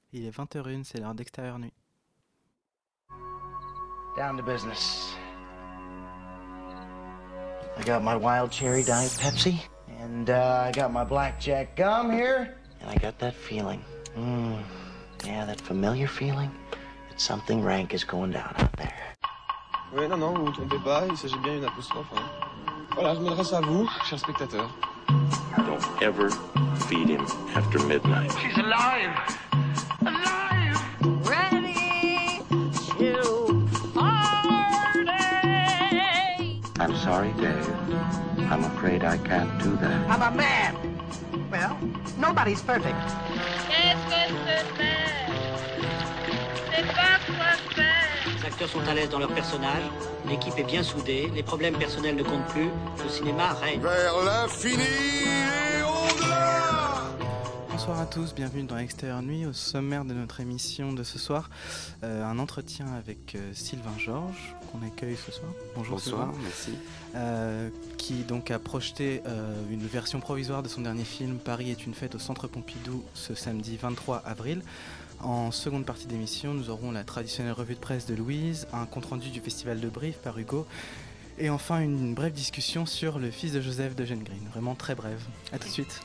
Il est 20h01, c'est l'heure d'Extérieur Nuit. Down to business. I got my wild cherry Diet Pepsi, and I got my blackjack gum here, and I got that feeling. Yeah, that familiar feeling that something rank is going down out there. Oui, non, vous ne vous trompez pas, il s'agit bien d'une apostrophe. Hein. Voilà, je m'adresse à vous, chers spectateurs. Don't ever feed him after midnight. She's alive! Alive! Ready to party. I'm sorry, Dave. I'm afraid I can't do that. I'm a man. Well, nobody's perfect. Qu'est-ce que c'est? C'est pas quoi faire. Les acteurs sont à l'aise dans leur personnage, l'équipe est bien soudée, les problèmes personnels ne comptent plus, le cinéma règne. Vers l'infini et au-delà. Bonsoir à tous, bienvenue dans Extérieur Nuit. Au sommaire de notre émission de ce soir, un entretien avec Sylvain Georges, qu'on accueille ce soir. Bonjour Bonsoir, Sylvain. merci. Qui donc a projeté une version provisoire de son dernier film Paris est une fête au Centre Pompidou ce samedi 23 avril. En seconde partie d'émission, nous aurons la traditionnelle revue de presse de Louise, un compte-rendu du festival de Brive par Hugo, et enfin une brève discussion sur Le fils de Joseph d'Eugène Green. Vraiment très brève. A tout de suite.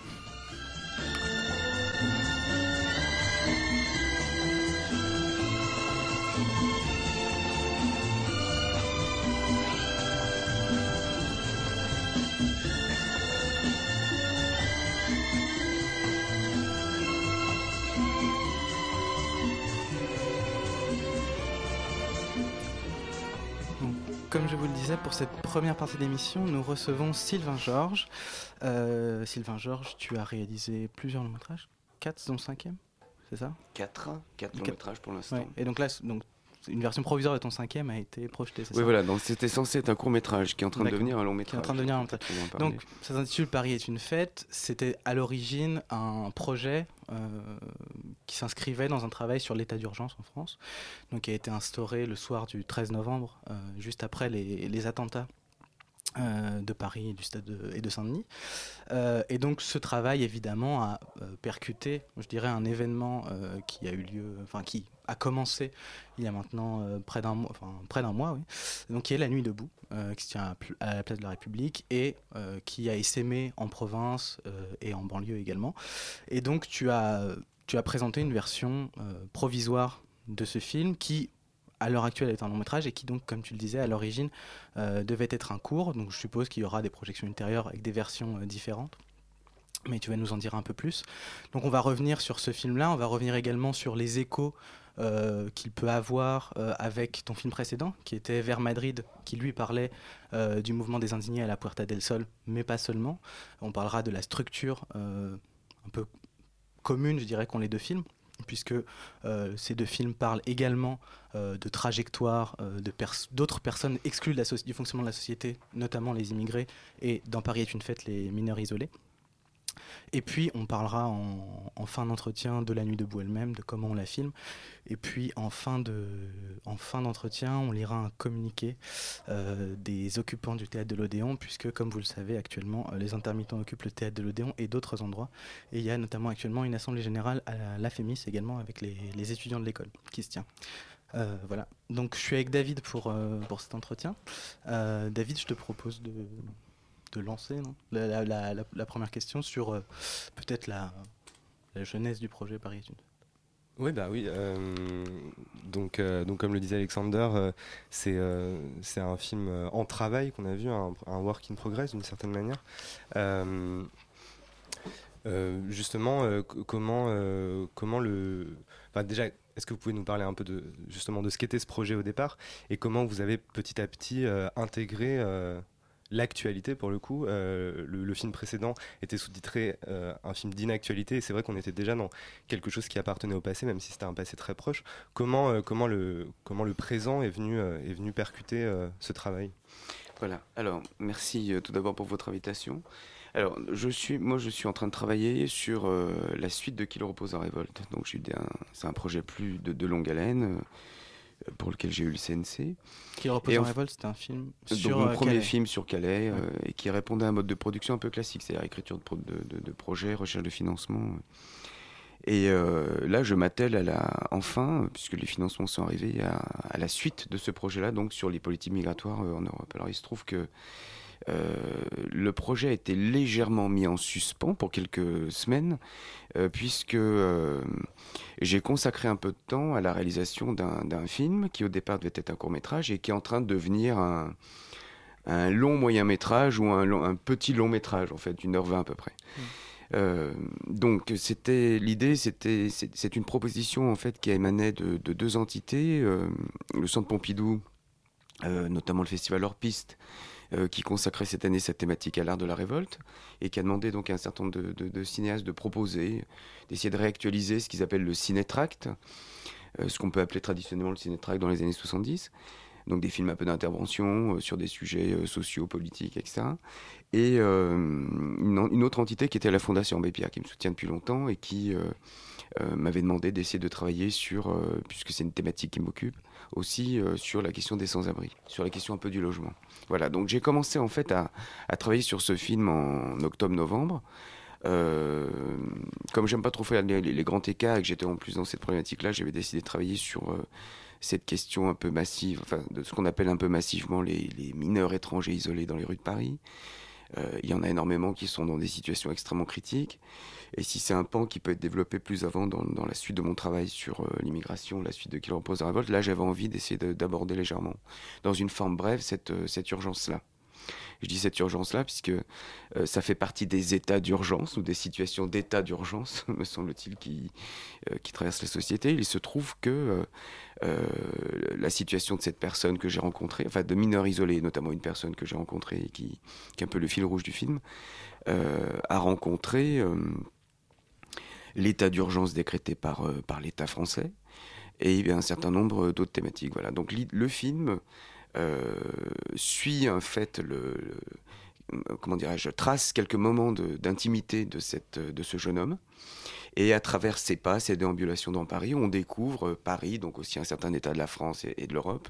Comme je vous le disais, pour cette première partie d'émission, nous recevons Sylvain Georges. Sylvain Georges, tu as réalisé plusieurs longs métrages, 4 dont le 5e, c'est ça? 4 longs métrages pour l'instant. Ouais. Et donc là, une version provisoire de ton 5e a été projetée, c'est ça? Oui, voilà, donc c'était censé être un court métrage qui est en train de devenir un long métrage. Qui est en train de devenir un long métrage. Donc ça s'intitule Paris est une fête. C'était à l'origine un projet qui s'inscrivait dans un travail sur l'état d'urgence en France, donc qui a été instauré le soir du 13 novembre, juste après les attentats de Paris et du stade et de Saint-Denis. Et donc ce travail évidemment a percuté, je dirais, un événement qui a eu lieu, enfin qui a commencé il y a maintenant près d'un mois, oui. Donc qui est la Nuit debout, qui se tient à la place de la République et qui a essaimé en province et en banlieue également. Et donc tu as présenté une version provisoire de ce film qui, à l'heure actuelle, est un long métrage et qui donc, comme tu le disais, à l'origine devait être un court. Donc je suppose qu'il y aura des projections ultérieures avec des versions différentes. Mais tu vas nous en dire un peu plus. Donc on va revenir sur ce film-là. On va revenir également sur les échos qu'il peut avoir avec ton film précédent, qui était Vers Madrid, qui lui parlait du mouvement des indignés à la Puerta del Sol, mais pas seulement. On parlera de la structure un peu commune, je dirais, qu'ont les deux films, puisque ces deux films parlent également de trajectoires d'autres personnes exclues du fonctionnement de la société, notamment les immigrés, et dans Paris est une fête, les mineurs isolés. Et puis on parlera en fin d'entretien de La Nuit debout elle-même, de comment on la filme. Et puis en fin d'entretien, on lira un communiqué des occupants du théâtre de l'Odéon, puisque comme vous le savez actuellement, les intermittents occupent le théâtre de l'Odéon et d'autres endroits. Et il y a notamment actuellement une assemblée générale à l'AFEMIS également, avec les étudiants de l'école qui se tient. Voilà. Donc je suis avec David pour cet entretien. David, je te propose de lancer la première question sur peut-être la jeunesse du projet Paris est une fête. Oui, bah oui. Donc comme le disait Alexander, c'est un film en travail qu'on a vu, un work in progress d'une certaine manière. Justement, comment déjà, est-ce que vous pouvez nous parler un peu de ce qu'était ce projet au départ et comment vous avez petit à petit intégré l'actualité pour le coup. Le film précédent était sous-titré un film d'inactualité et c'est vrai qu'on était déjà dans quelque chose qui appartenait au passé, même si c'était un passé très proche. Comment le présent est venu percuter ce travail? Voilà, alors merci tout d'abord pour votre invitation. Alors je suis en train de travailler sur la suite de Qui le repose en révolte. Donc c'est un projet plus de longue haleine, pour lequel j'ai eu le CNC. Qui repose en révolte, c'était un film sur mon premier Calais. film sur Calais, et qui répondait à un mode de production un peu classique, c'est-à-dire écriture de projet, recherche de financement. Et là, je m'attelle enfin, puisque les financements sont arrivés, à la suite de ce projet-là, donc sur les politiques migratoires en Europe. Alors il se trouve que le projet a été légèrement mis en suspens pour quelques semaines, puisque j'ai consacré un peu de temps à la réalisation d'un film qui au départ devait être un court-métrage et qui est en train de devenir un long moyen-métrage ou un petit long-métrage, en fait, d'1h20 à peu près. Donc l'idée, c'est une proposition en fait qui émanait de deux entités, le Centre Pompidou, notamment le Festival Hors Piste, qui consacrait cette année cette thématique à l'art de la révolte et qui a demandé donc à un certain nombre de cinéastes de proposer, d'essayer de réactualiser ce qu'ils appellent le cinétract, ce qu'on peut appeler traditionnellement le cinétract dans les années 70. Donc des films un peu d'intervention sur des sujets sociaux, politiques, etc. Et une autre entité qui était la Fondation Abbé Pierre, qui me soutient depuis longtemps et qui m'avait demandé d'essayer de travailler sur, puisque c'est une thématique qui m'occupe, aussi sur la question des sans-abri, sur la question un peu du logement. Voilà, donc j'ai commencé en fait à travailler sur ce film en octobre-novembre. Comme j'aime pas trop faire les grands écarts et que j'étais en plus dans cette problématique-là, j'avais décidé de travailler sur cette question un peu massive, enfin de ce qu'on appelle un peu massivement les mineurs étrangers isolés dans les rues de Paris. Il y en a énormément qui sont dans des situations extrêmement critiques. Et si c'est un pan qui peut être développé plus avant dans la suite de mon travail sur l'immigration, la suite de Qu'il repose la révolte, là j'avais envie d'essayer d'aborder légèrement, dans une forme brève, cette urgence-là. Je dis cette urgence-là puisque ça fait partie des états d'urgence ou des situations d'état d'urgence, me semble-t-il, qui traversent la société. Il se trouve que la situation de cette personne que j'ai rencontrée, enfin de mineurs isolés, notamment une personne que j'ai rencontrée et qui est un peu le fil rouge du film, a rencontré l'état d'urgence décrété par l'État français et un certain nombre d'autres thématiques. Voilà. Donc le film suit en fait comment dirais-je, trace quelques moments d'intimité de ce jeune homme. Et à travers ses pas, ses déambulations dans Paris, on découvre Paris, donc aussi un certain état de la France et de l'Europe,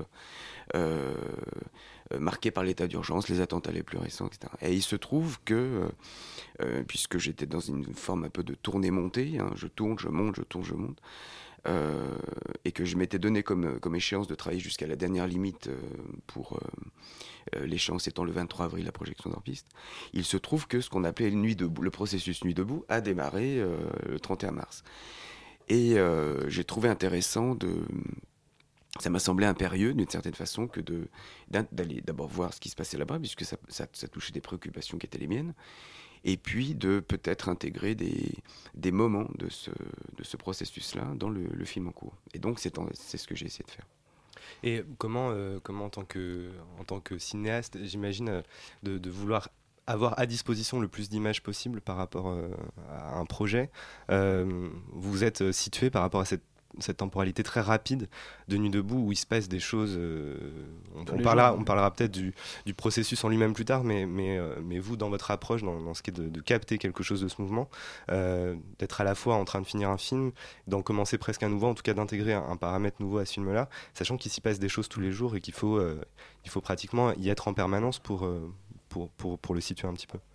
marqué par l'état d'urgence, les attentats les plus récents, etc. Et il se trouve que, puisque j'étais dans une forme un peu de tournée-montée, hein, je tourne, je monte, je tourne, je monte, et que je m'étais donné comme échéance de travailler jusqu'à la dernière limite pour l'échéance étant le 23 avril, la projection d'Hors Piste. Il se trouve que ce qu'on appelait le processus Nuit debout a démarré le 31 mars. Et j'ai trouvé intéressant ça m'a semblé impérieux d'une certaine façon que d'aller d'abord voir ce qui se passait là-bas, puisque ça touchait des préoccupations qui étaient les miennes, et puis de peut-être intégrer des moments de ce processus-là dans le film en cours. Et donc c'est ce que j'ai essayé de faire. Et comment en tant que cinéaste, j'imagine, de vouloir avoir à disposition le plus d'images possible par rapport à un projet, vous êtes situé par rapport à cette temporalité très rapide de Nuit debout où il se passe des choses. On parlera peut-être du processus en lui-même plus tard, mais vous, dans votre approche, dans ce qui est de capter quelque chose de ce mouvement, d'être à la fois en train de finir un film, d'en commencer presque un nouveau, en tout cas d'intégrer un paramètre nouveau à ce film-là, sachant qu'il s'y passe des choses tous les jours et qu'il faut pratiquement y être en permanence pour le situer un petit peu.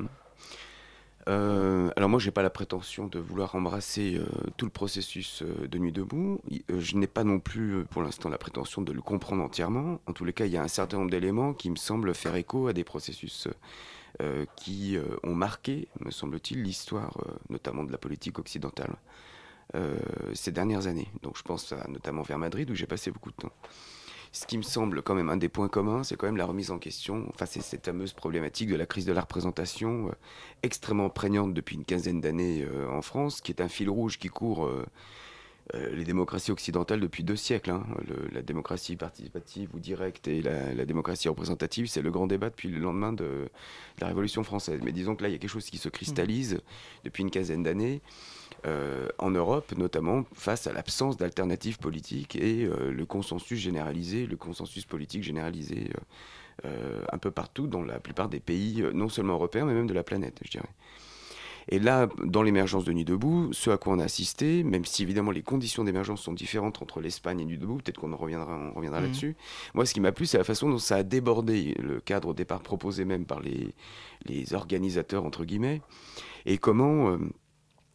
Alors moi, j'ai pas la prétention de vouloir embrasser tout le processus de Nuit debout. Je n'ai pas non plus, pour l'instant, la prétention de le comprendre entièrement. En tous les cas, il y a un certain nombre d'éléments qui me semblent faire écho à des processus qui ont marqué, me semble-t-il, l'histoire, notamment de la politique occidentale, ces dernières années. Donc je pense notamment vers Madrid, où j'ai passé beaucoup de temps. Ce qui me semble quand même un des points communs, c'est quand même la remise en question, enfin c'est cette fameuse problématique de la crise de la représentation extrêmement prégnante depuis une quinzaine d'années en France, qui est un fil rouge qui court les démocraties occidentales depuis 2 siècles. Hein. La démocratie participative ou directe et la démocratie représentative, c'est le grand débat depuis le lendemain de la Révolution française. Mais disons que là, il y a quelque chose qui se cristallise depuis une quinzaine d'années, en Europe notamment, face à l'absence d'alternatives politiques et le consensus politique généralisé un peu partout dans la plupart des pays, non seulement européens, mais même de la planète, je dirais. Et là, dans l'émergence de Nuit debout, ce à quoi on a assisté, même si évidemment les conditions d'émergence sont différentes entre l'Espagne et Nuit debout, peut-être qu'on reviendra là-dessus. Moi, ce qui m'a plu, c'est la façon dont ça a débordé le cadre au départ proposé même par les organisateurs, entre guillemets, et comment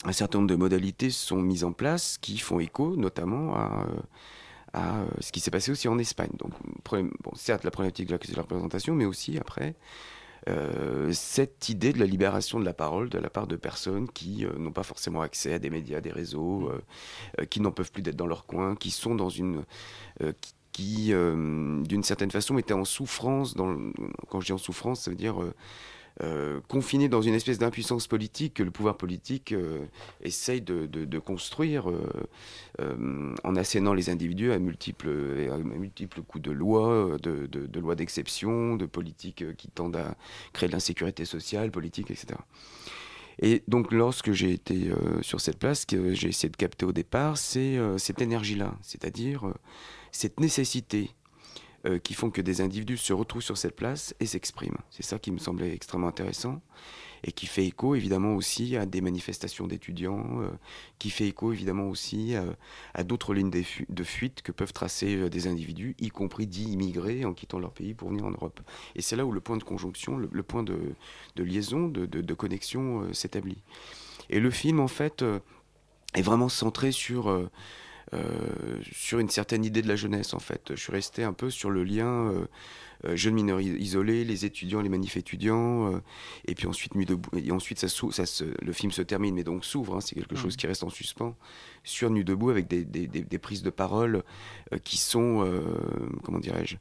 un certain nombre de modalités sont mises en place qui font écho notamment à ce qui s'est passé aussi en Espagne. Donc, certes, la problématique de la représentation, mais aussi après cette idée de la libération de la parole de la part de personnes qui n'ont pas forcément accès à des médias, des réseaux, qui n'en peuvent plus d'être dans leur coin, qui sont dans une... qui d'une certaine façon, étaient en souffrance. Quand je dis en souffrance, ça veut dire... confinés dans une espèce d'impuissance politique que le pouvoir politique essaye de construire en assénant les individus à multiples coups de loi, de lois d'exception, de politiques qui tendent à créer de l'insécurité sociale, politique, etc. Et donc lorsque j'ai été sur cette place, ce que j'ai essayé de capter au départ, c'est cette énergie-là, c'est-à-dire cette nécessité qui font que des individus se retrouvent sur cette place et s'expriment. C'est ça qui me semblait extrêmement intéressant et qui fait écho évidemment aussi à des manifestations d'étudiants, qui fait écho évidemment aussi à d'autres lignes de fuite que peuvent tracer des individus, y compris dits immigrés en quittant leur pays pour venir en Europe. Et c'est là où le point de conjonction, le point de liaison, de connexion s'établit. Et le film en fait est vraiment centré sur une certaine idée de la jeunesse en fait. Je suis resté un peu sur le lien jeunes mineurs isolés, les étudiants, les manifs étudiants, et puis ensuite Nuit debout. Et ensuite le film se termine, mais donc s'ouvre. C'est quelque chose qui reste en suspens sur Nuit debout avec des prises de parole qui sont, comment dirais-je,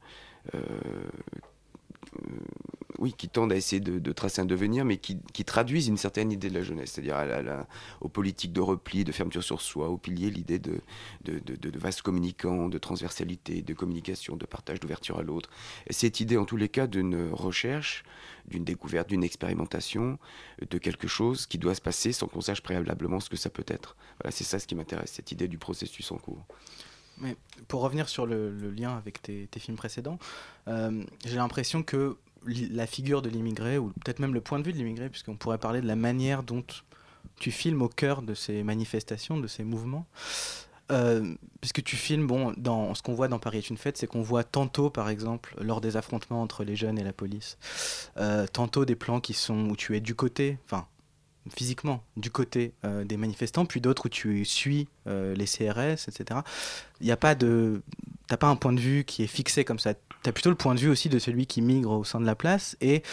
oui, qui tendent à essayer de tracer un devenir, mais qui traduisent une certaine idée de la jeunesse, c'est-à-dire aux politiques de repli, de fermeture sur soi, aux piliers, l'idée de vaste communicant, de transversalité, de communication, de partage, d'ouverture à l'autre. Et cette idée, en tous les cas, d'une recherche, d'une découverte, d'une expérimentation, de quelque chose qui doit se passer sans qu'on sache préalablement ce que ça peut être. Voilà, c'est ça ce qui m'intéresse, cette idée du processus en cours. Mais pour revenir sur le lien avec tes films précédents, j'ai l'impression que la figure de l'immigré, ou peut-être même le point de vue de l'immigré, puisqu'on pourrait parler de la manière dont tu filmes au cœur de ces manifestations, de ces mouvements, puisque tu filmes, dans ce qu'on voit dans Paris est une fête, c'est qu'on voit tantôt, par exemple, lors des affrontements entre les jeunes et la police, tantôt des plans où tu es du côté, enfin, physiquement du côté des manifestants, puis d'autres où tu suis les CRS, etc. Il n'y a pas t'as pas un point de vue qui est fixé comme ça. T'as plutôt le point de vue aussi de celui qui migre au sein de la place, et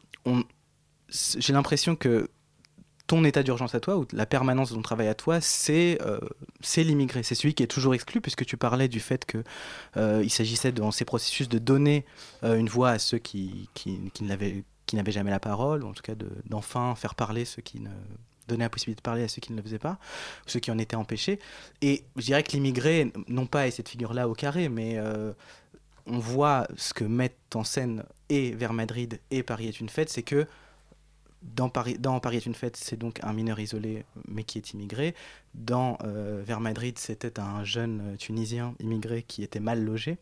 j'ai l'impression que ton état d'urgence à toi, ou la permanence de ton travail à toi, c'est l'immigré. C'est celui qui est toujours exclu, puisque tu parlais du fait qu'il s'agissait dans ces processus de donner une voix à ceux qui n'avaient jamais la parole, ou en tout cas d'enfin faire parler ceux qui ne donnaient la possibilité de parler à ceux qui ne le faisaient pas, ou ceux qui en étaient empêchés. Et je dirais que l'immigré, non pas est cette figure-là au carré, mais on voit ce que mettent en scène et Vers Madrid et Paris est une fête, c'est que dans Paris est une fête, c'est donc un mineur isolé, mais qui est immigré. Dans Vers Madrid, c'était un jeune Tunisien immigré qui était mal logé.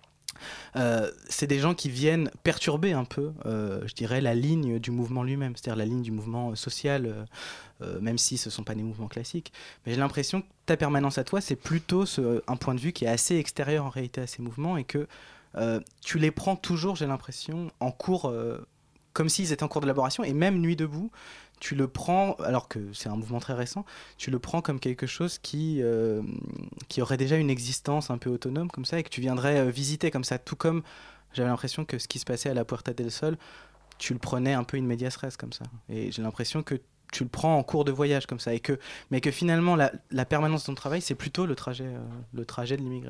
C'est des gens qui viennent perturber un peu, je dirais, la ligne du mouvement lui-même, c'est-à-dire la ligne du mouvement social, même si ce ne sont pas des mouvements classiques. Mais j'ai l'impression que ta permanence à toi, c'est plutôt un point de vue qui est assez extérieur en réalité à ces mouvements, et que tu les prends toujours, j'ai l'impression, en cours, comme s'ils étaient en cours d'élaboration, et même Nuit debout, tu le prends, alors que c'est un mouvement très récent, tu le prends comme quelque chose qui aurait déjà une existence un peu autonome comme ça, et que tu viendrais visiter comme ça, tout comme j'avais l'impression que ce qui se passait à la Puerta del Sol, tu le prenais un peu in medias res comme ça. Et j'ai l'impression que tu le prends en cours de voyage comme ça, mais que finalement la permanence de ton travail, c'est plutôt le trajet de l'immigré.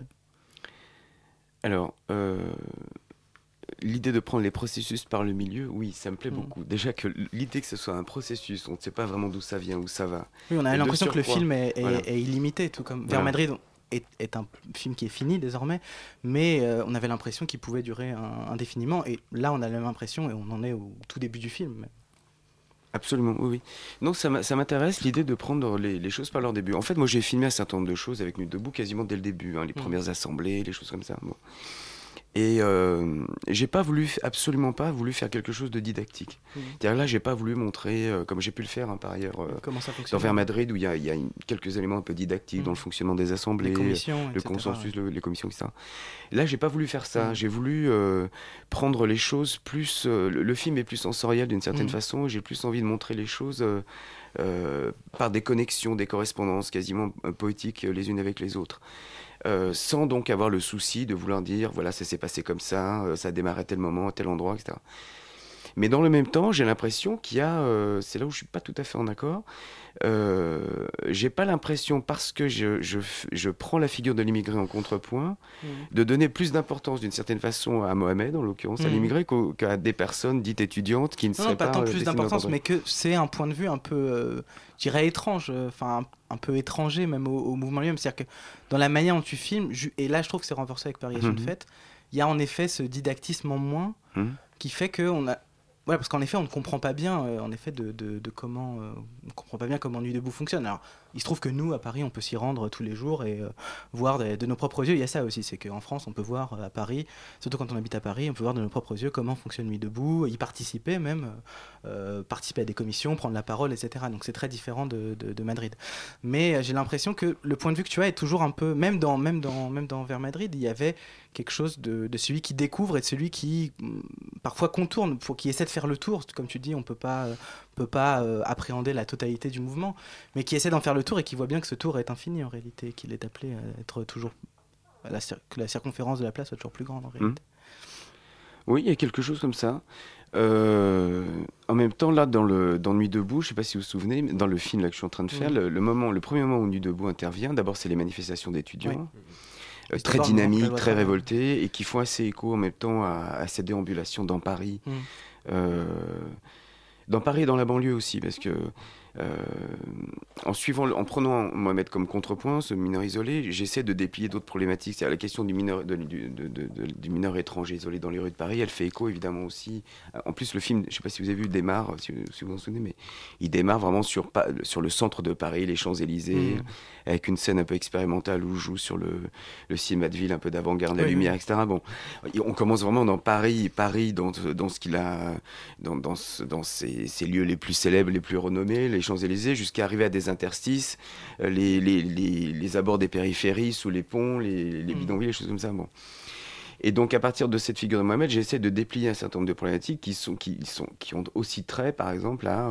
Alors, l'idée de prendre les processus par le milieu, oui, ça me plaît beaucoup. Déjà que l'idée que ce soit un processus, on ne sait pas vraiment d'où ça vient, où ça va. Oui, on a l'impression que le film est illimité, tout comme Vers Madrid est un film qui est fini désormais, mais on avait l'impression qu'il pouvait durer indéfiniment, et là on a la même impression, et on en est au tout début du film. Absolument, oui. Non, ça m'intéresse l'idée de prendre les choses par leur début. En fait, moi j'ai filmé un certain nombre de choses avec Nuit debout quasiment dès le début, les premières assemblées, les choses comme ça. Bon. Et j'ai absolument pas voulu faire quelque chose de didactique. C'est-à-dire là, j'ai pas voulu montrer, comme j'ai pu le faire par ailleurs, dans Vers Madrid, où il y a quelques éléments un peu didactiques dans le fonctionnement des assemblées, le consensus, les commissions, etc. Là, j'ai pas voulu faire ça. J'ai voulu prendre les choses plus... le film est plus sensoriel d'une certaine façon. J'ai plus envie de montrer les choses par des connexions, des correspondances quasiment poétiques les unes avec les autres. Sans donc avoir le souci de vouloir dire, voilà, ça s'est passé comme ça a démarré à tel moment, à tel endroit, etc. Mais dans le même temps, j'ai l'impression qu'il y a, c'est là où je suis pas tout à fait en accord, j'ai pas l'impression, parce que je prends la figure de l'immigré en contrepoint, de donner plus d'importance d'une certaine façon à Mohamed, en l'occurrence à l'immigré, qu'à des personnes dites étudiantes qui ne seraient pas... Non, pas tant plus d'importance, mais que c'est un point de vue un peu, je dirais étrange, enfin un peu étranger même au mouvement lui-même. C'est-à-dire que dans la manière dont tu filmes, et là je trouve que c'est renforcé avec Paris est une fête, il y a en effet ce didactisme en moins qui fait qu'on a... Voilà, parce qu'en effet, on ne comprend pas bien, en effet, de comment, on comprend pas bien comment Nuit debout fonctionne. Alors, il se trouve que nous, à Paris, on peut s'y rendre tous les jours et voir de nos propres yeux. Il y a ça aussi, c'est qu'en France, on peut voir à Paris, surtout quand on habite à Paris, on peut voir de nos propres yeux comment fonctionne Nuit debout, y participer même, participer à des commissions, prendre la parole, etc. Donc c'est très différent de Madrid. Mais j'ai l'impression que le point de vue que tu as est toujours un peu, même dans Vers Madrid, il y avait quelque chose de celui qui découvre et de celui qui parfois contourne, qui essaie de faire le tour. Comme tu dis, on peut pas appréhender la totalité du mouvement, mais qui essaie d'en faire le tour et qui voit bien que ce tour est infini en réalité, qu'il est appelé à être toujours... que la circonférence de la place soit toujours plus grande en réalité. Oui, il y a quelque chose comme ça. En même temps, là, dans Nuit debout, je ne sais pas si vous vous souvenez, dans le film là, que je suis en train de faire, le premier moment où Nuit debout intervient, d'abord c'est les manifestations d'étudiants. Très dynamiques, très révoltés, et qui font assez écho en même temps à cette déambulation dans Paris. Dans Paris et dans la banlieue aussi, parce que en prenant Mohamed comme contrepoint, ce mineur isolé, j'essaie de déplier d'autres problématiques. C'est-à-dire la question du mineur, du mineur étranger isolé dans les rues de Paris, elle fait écho évidemment aussi. En plus, le film, je ne sais pas si vous avez vu, démarre, si vous vous en souvenez, mais il démarre vraiment sur le centre de Paris, les Champs-Élysées, avec une scène un peu expérimentale où joue sur le cinéma de ville, un peu d'avant-garde, la lumière, etc. Bon, on commence vraiment dans Paris dans ce qu'il a, dans ses lieux les plus célèbres, les plus renommés, les Champs-Élysées, jusqu'à arriver à des interstices, les abords des périphéries, sous les ponts, les bidonvilles, les choses comme ça. Bon. Et donc, à partir de cette figure de Mohamed, j'essaie de déplier un certain nombre de problématiques qui ont aussi trait, par exemple, à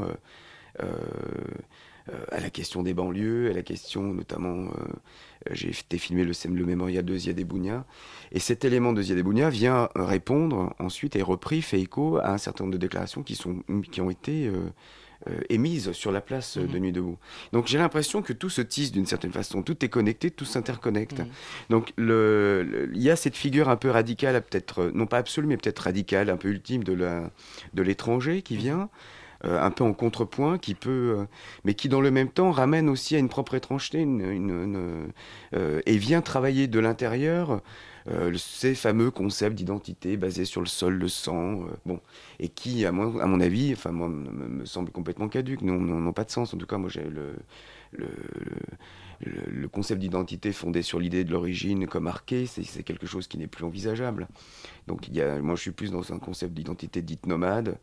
la question des banlieues, à la question notamment... j'ai fait filmer le mémorial de Ziad Bouna. Et cet élément de Ziad Bouna vient répondre ensuite, et repris, fait écho à un certain nombre de déclarations qui ont été... émise sur la place de Nuit debout. Donc j'ai l'impression que tout se tisse d'une certaine façon, tout est connecté, tout s'interconnecte. Donc il y a cette figure un peu radicale, peut-être, non pas absolue, mais peut-être radicale, un peu ultime de l'étranger qui vient, un peu en contrepoint, mais qui dans le même temps ramène aussi à une propre étrangeté, et vient travailler de l'intérieur ces fameux concepts d'identité basés sur le sol, le sang, et qui, à mon avis, moi, me semble complètement caduques, n'ont pas de sens. En tout cas, moi, j'ai le concept d'identité fondé sur l'idée de l'origine comme arché, c'est quelque chose qui n'est plus envisageable. Donc, moi, je suis plus dans un concept d'identité dite nomade.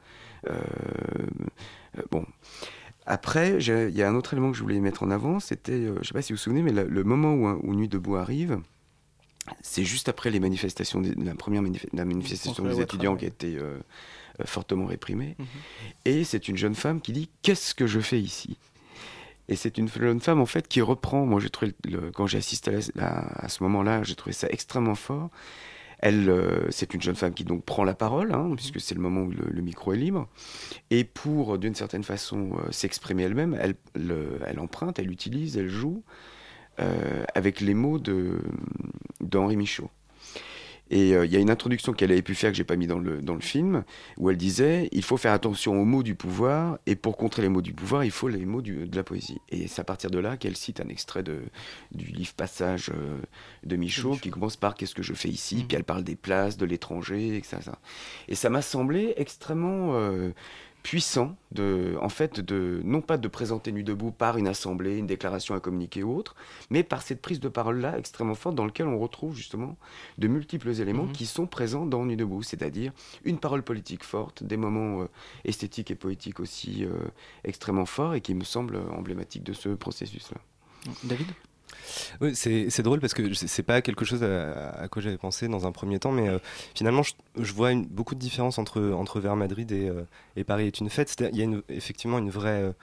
Après, il y a un autre élément que je voulais mettre en avant, c'était, je ne sais pas si vous vous souvenez, mais le moment où Nuit debout arrive, c'est juste après les manifestations, la manifestation des étudiants qui a été fortement réprimée. Et c'est une jeune femme qui dit « Qu'est-ce que je fais ici ?» Et c'est une jeune femme en fait qui reprend, moi j'ai trouvé, quand j'ai assisté à ce moment-là, j'ai trouvé ça extrêmement fort. C'est une jeune femme qui donc prend la parole, puisque c'est le moment où le micro est libre, et pour d'une certaine façon s'exprimer elle-même, elle emprunte, elle utilise, elle joue avec les mots d'Henri Michaud. Et il y a une introduction qu'elle avait pu faire que j'ai pas mis dans le film, où elle disait il faut faire attention aux mots du pouvoir, et pour contrer les mots du pouvoir, il faut les mots de la poésie. Et c'est à partir de là qu'elle cite un extrait du livre Passage de Michaud, qui commence par qu'est-ce que je fais ici, puis elle parle des places, de l'étranger, etc. Et ça m'a semblé extrêmement puissant non pas de présenter Nuit debout par une assemblée, une déclaration à communiquer ou autre, mais par cette prise de parole-là extrêmement forte dans laquelle on retrouve justement de multiples éléments qui sont présents dans Nuit debout, c'est-à-dire une parole politique forte, des moments esthétiques et poétiques aussi extrêmement forts et qui me semblent emblématiques de ce processus-là. David ? Oui, c'est drôle parce que c'est pas quelque chose à quoi j'avais pensé dans un premier temps, mais finalement je vois beaucoup de différences entre Vers Madrid et Paris est une fête. Il y a effectivement une vraie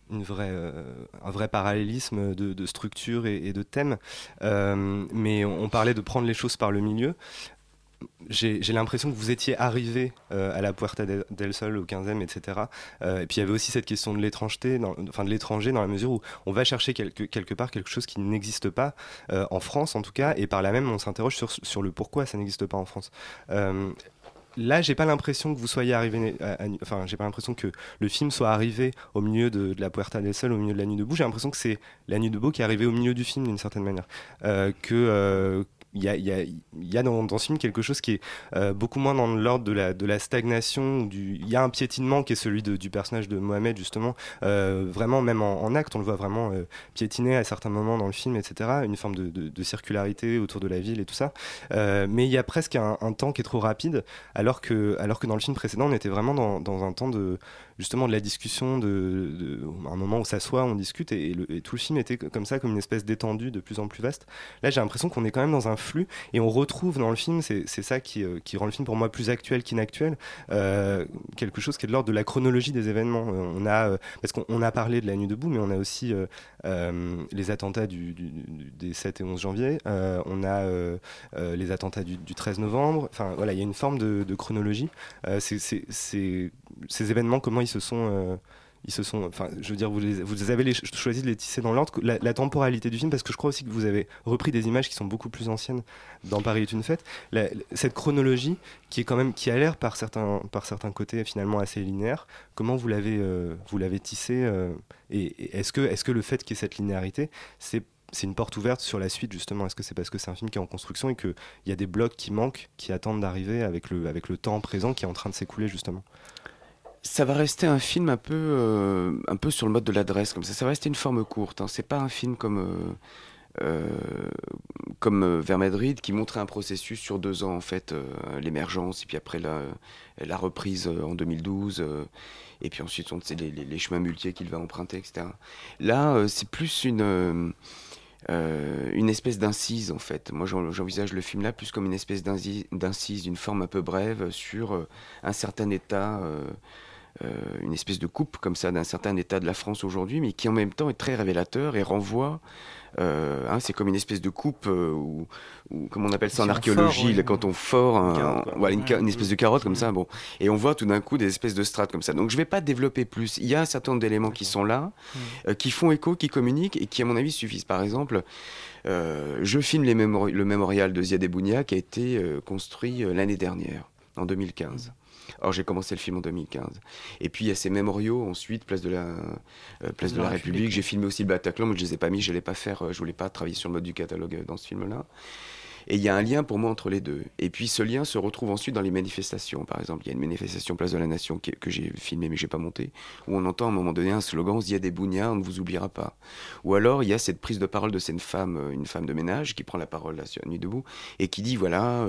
un vrai parallélisme de structure et de thème. Mais on parlait de prendre les choses par le milieu. J'ai l'impression que vous étiez arrivé à la Puerta del Sol au 15e, etc. Et puis il y avait aussi cette question de l'étrangeté, de l'étranger, dans la mesure où on va chercher quelque part quelque chose qui n'existe pas en France en tout cas, et par là même on s'interroge sur le pourquoi ça n'existe pas en France. Là, j'ai pas l'impression que vous soyez arrivé, j'ai pas l'impression que le film soit arrivé au milieu de la Puerta del Sol, au milieu de La Nuit debout. J'ai l'impression que c'est La Nuit debout qui est arrivé au milieu du film d'une certaine manière. Il y a dans ce film quelque chose qui est beaucoup moins dans l'ordre de la stagnation. Il y a un piétinement qui est celui du personnage de Mohamed, justement, vraiment même en acte, on le voit vraiment piétiner à certains moments dans le film, etc. Une forme de circularité autour de la ville et tout ça. Mais il y a presque un temps qui est trop rapide, alors que dans le film précédent, on était vraiment dans un temps justement de la discussion, un moment où ça s'assoit, on discute, et tout le film était comme ça, comme une espèce d'étendue de plus en plus vaste. Là, j'ai l'impression qu'on est quand même dans un flux, et on retrouve dans le film, c'est ça qui rend le film pour moi plus actuel qu'inactuel, quelque chose qui est de l'ordre de la chronologie des événements. Parce qu'on a parlé de La Nuit debout, mais on a aussi les attentats des 7 et 11 janvier, on a les attentats du 13 novembre, enfin voilà, il y a une forme de chronologie. Ces événements, comment ils se sont, enfin, je veux dire, vous avez choisi de les tisser dans l'ordre, la temporalité du film, parce que je crois aussi que vous avez repris des images qui sont beaucoup plus anciennes dans Paris est une fête. Cette chronologie qui est quand même, qui a l'air par certains côtés finalement assez linéaire. Comment vous l'avez tissé, et est-ce que le fait qu'il y ait cette linéarité, c'est une porte ouverte sur la suite, justement? Est-ce que c'est parce que c'est un film qui est en construction et qu'il y a des blocs qui manquent, qui attendent d'arriver avec le temps présent qui est en train de s'écouler, justement? Ça va rester un film un peu sur le mode de l'adresse, comme ça. Ça va rester une forme courte, hein. C'est pas un film comme Vers Madrid, qui montrait un processus sur 2 ans, en fait, l'émergence, et puis après la reprise en 2012, et puis ensuite les chemins muletiers qu'il va emprunter, etc. Là, c'est plus une espèce d'incise, en fait. Moi, j'envisage le film là plus comme une espèce d'incise, d'une forme un peu brève sur un certain état, une espèce de coupe comme ça d'un certain état de la France aujourd'hui, mais qui en même temps est très révélateur et renvoie. C'est comme une espèce de coupe, ou comme on appelle ça en archéologie, fort, quand on fore une espèce de carotte comme ça, bon, et on voit tout d'un coup des espèces de strates comme ça. Donc je vais pas développer plus. Il y a un certain nombre d'éléments qui sont là, qui font écho, qui communiquent, et qui à mon avis suffisent. Par exemple, je filme le mémorial de Ziad Bouna qui a été construit l'année dernière, en 2015. Or, j'ai commencé le film en 2015. Et puis, il y a ces mémoriaux, ensuite, place de la République. J'ai filmé aussi le Bataclan, mais je ne les ai pas mis, je voulais pas travailler sur le mode du catalogue dans ce film-là. Et il y a un lien pour moi entre les deux. Et puis ce lien se retrouve ensuite dans les manifestations. Par exemple, il y a une manifestation Place de la Nation que j'ai filmée mais j'ai pas montée, où on entend à un moment donné un slogan: Ziad Bouna, on ne vous oubliera pas. Ou alors il y a cette prise de parole de une femme de ménage qui prend la parole là sur La Nuit debout et qui dit voilà,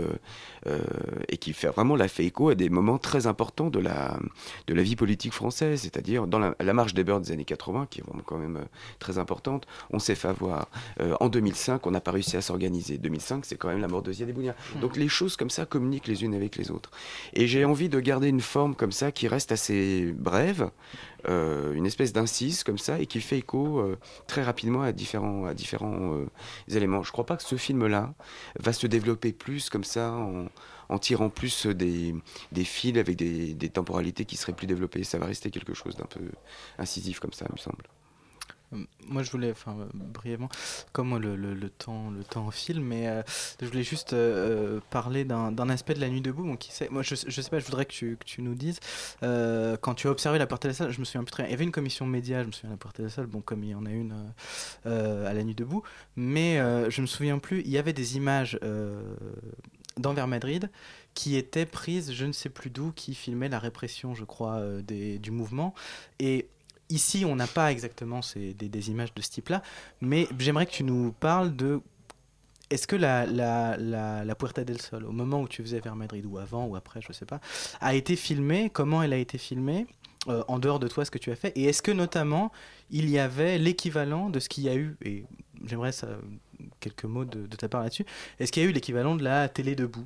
et qui fait écho à des moments très importants de la vie politique française, c'est-à-dire dans la marche des beurs des années 80, qui est vraiment quand même très importante. On s'est fait avoir en 2005, on n'a pas réussi à s'organiser. 2005, c'est quand même la mort de Ziad Bouna. Donc les choses comme ça communiquent les unes avec les autres. Et j'ai envie de garder une forme comme ça qui reste assez brève, une espèce d'incise comme ça, et qui fait écho très rapidement à différents éléments. Je ne crois pas que ce film-là va se développer plus comme ça en tirant plus des fils avec des temporalités qui seraient plus développées. Ça va rester quelque chose d'un peu incisif comme ça, il me semble. Moi, je voulais, brièvement, comme moi, le temps file, mais je voulais juste parler d'un aspect de La Nuit debout. Bon, moi, je sais pas, je voudrais que tu nous dises, quand tu as observé la Puerta del Sol, je me souviens plus très bien, il y avait une commission média, je me souviens de la Puerta del Sol, bon, comme il y en a une à La Nuit debout, mais je me souviens plus, il y avait des images dans Vers Madrid qui étaient prises, je ne sais plus d'où, qui filmaient la répression, je crois, du mouvement, et ici, on n'a pas exactement des images de ce type-là, mais j'aimerais que tu nous parles de... Est-ce que la Puerta del Sol, au moment où tu faisais Vers Madrid, ou avant, ou après, je ne sais pas, a été filmée? Comment elle a été filmée, en dehors de toi, ce que tu as fait? Et est-ce que, notamment, il y avait l'équivalent de ce qu'il y a eu, et j'aimerais quelques mots de ta part là-dessus, est-ce qu'il y a eu l'équivalent de la télé debout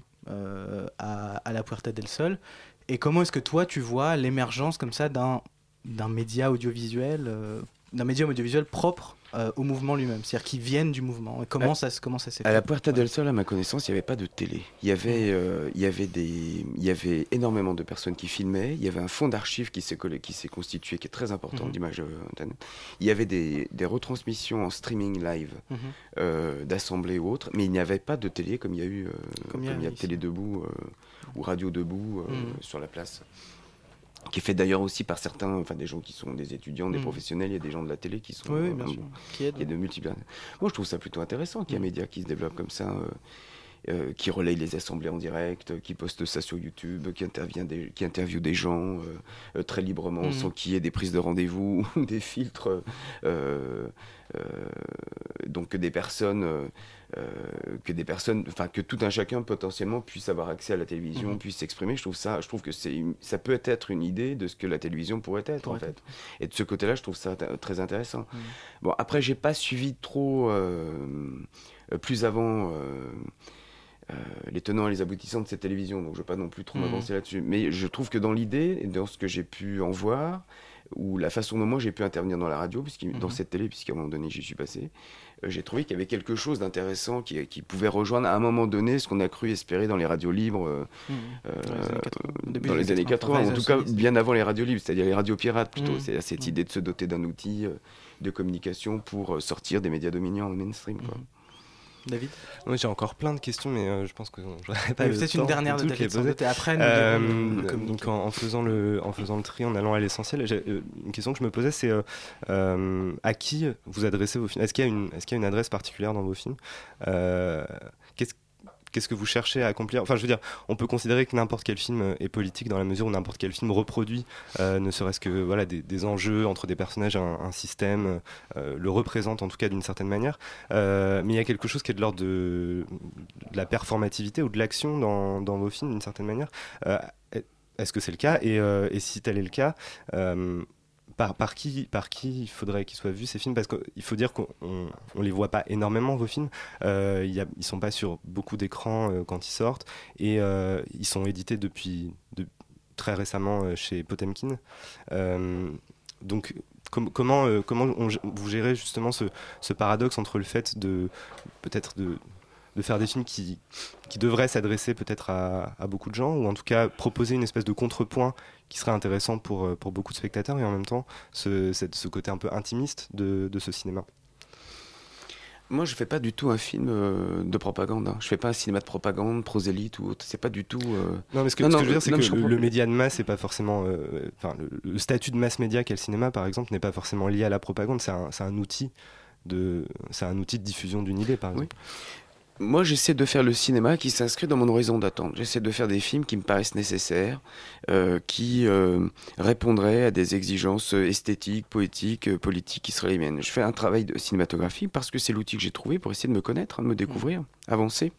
à la Puerta del Sol? Et comment est-ce que toi, tu vois l'émergence comme ça d'un média audiovisuel d'un médium audiovisuel propre au mouvement lui-même, c'est-à-dire qui viennent du mouvement. Et comment ça s'est fait? À la Puerta del Sol, à ma connaissance, il n'y avait pas de télé. Il y avait énormément de personnes qui filmaient. Il y avait un fonds d'archives qui s'est constitué, qui est très important d'images Internet. Il y avait des retransmissions en streaming live d'assemblées ou autres, mais il n'y avait pas de télé comme il y a eu comme il y a Télé Debout ou Radio Debout sur la place. Qui est fait d'ailleurs aussi par certains, enfin des gens qui sont des étudiants, des professionnels, il y a des gens de la télé qui sont bien sûr. Qui aident. Il y a de multiples. Moi je trouve ça plutôt intéressant qu'il y ait un média qui se développe comme ça, qui relaye les assemblées en direct, qui poste ça sur YouTube, qui interviewe des gens très librement, sans qu'il y ait des prises de rendez-vous, des filtres, donc que des personnes, enfin que tout un chacun potentiellement puisse avoir accès à la télévision, puisse s'exprimer. Je trouve que ça peut être une idée de ce que la télévision pourrait être en fait. Et de ce côté-là, je trouve ça très intéressant. Bon, après, j'ai pas suivi trop plus avant. Les tenants et les aboutissants de cette télévision, donc je ne veux pas non plus trop m'avancer là-dessus, mais je trouve que dans l'idée et dans ce que j'ai pu en voir, ou la façon dont moi j'ai pu intervenir dans la radio, dans cette télé, puisqu'à un moment donné j'y suis passé, j'ai trouvé qu'il y avait quelque chose d'intéressant qui pouvait rejoindre à un moment donné ce qu'on a cru espérer dans les radios libres dans les années 80, en tout cas bien avant les radios libres, c'est-à-dire les radios pirates plutôt. C'est cette idée de se doter d'un outil de communication pour sortir des médias dominants au mainstream, quoi. David? Moi j'ai encore plein de questions, mais je pense que j'aurais pas peut-être une dernière de David, sans doute, et après donc en faisant le tri, en allant à l'essentiel, une question que je me posais, c'est à qui vous adressez vos films? Est-ce qu'il y a une adresse particulière dans vos films? Qu'est-ce que vous cherchez à accomplir? Enfin, je veux dire, on peut considérer que n'importe quel film est politique dans la mesure où n'importe quel film reproduit, ne serait-ce que voilà, des enjeux entre des personnages, un système, le représente en tout cas d'une certaine manière. Mais il y a quelque chose qui est de l'ordre de la performativité ou de l'action dans vos films d'une certaine manière. Est-ce que c'est le cas? Et si tel est le cas, par qui il faudrait qu'ils soient vus ces films? Parce qu'il faut dire qu'on les voit pas énormément, vos films. Ils sont pas sur beaucoup d'écrans quand ils sortent, et ils sont édités depuis très récemment chez Potemkin. Donc comment vous gérez justement ce paradoxe entre le fait de faire des films qui devraient s'adresser peut-être à beaucoup de gens, ou en tout cas proposer une espèce de contrepoint qui serait intéressant pour beaucoup de spectateurs, et en même temps ce côté un peu intimiste de ce cinéma? Moi, je fais pas du tout un film de propagande. Je fais pas un cinéma de propagande, prosélyte ou autre. C'est pas du tout. Non, mais ce que je veux dire, c'est que le média de masse, c'est pas forcément. Le statut de mass média qu'est le cinéma, par exemple, n'est pas forcément lié à la propagande. C'est un outil de diffusion d'une idée, par exemple. Oui. Moi, j'essaie de faire le cinéma qui s'inscrit dans mon horizon d'attente. J'essaie de faire des films qui me paraissent nécessaires, qui répondraient à des exigences esthétiques, poétiques, politiques qui seraient les miennes. Je fais un travail de cinématographie parce que c'est l'outil que j'ai trouvé pour essayer de me connaître, de me découvrir, avancer.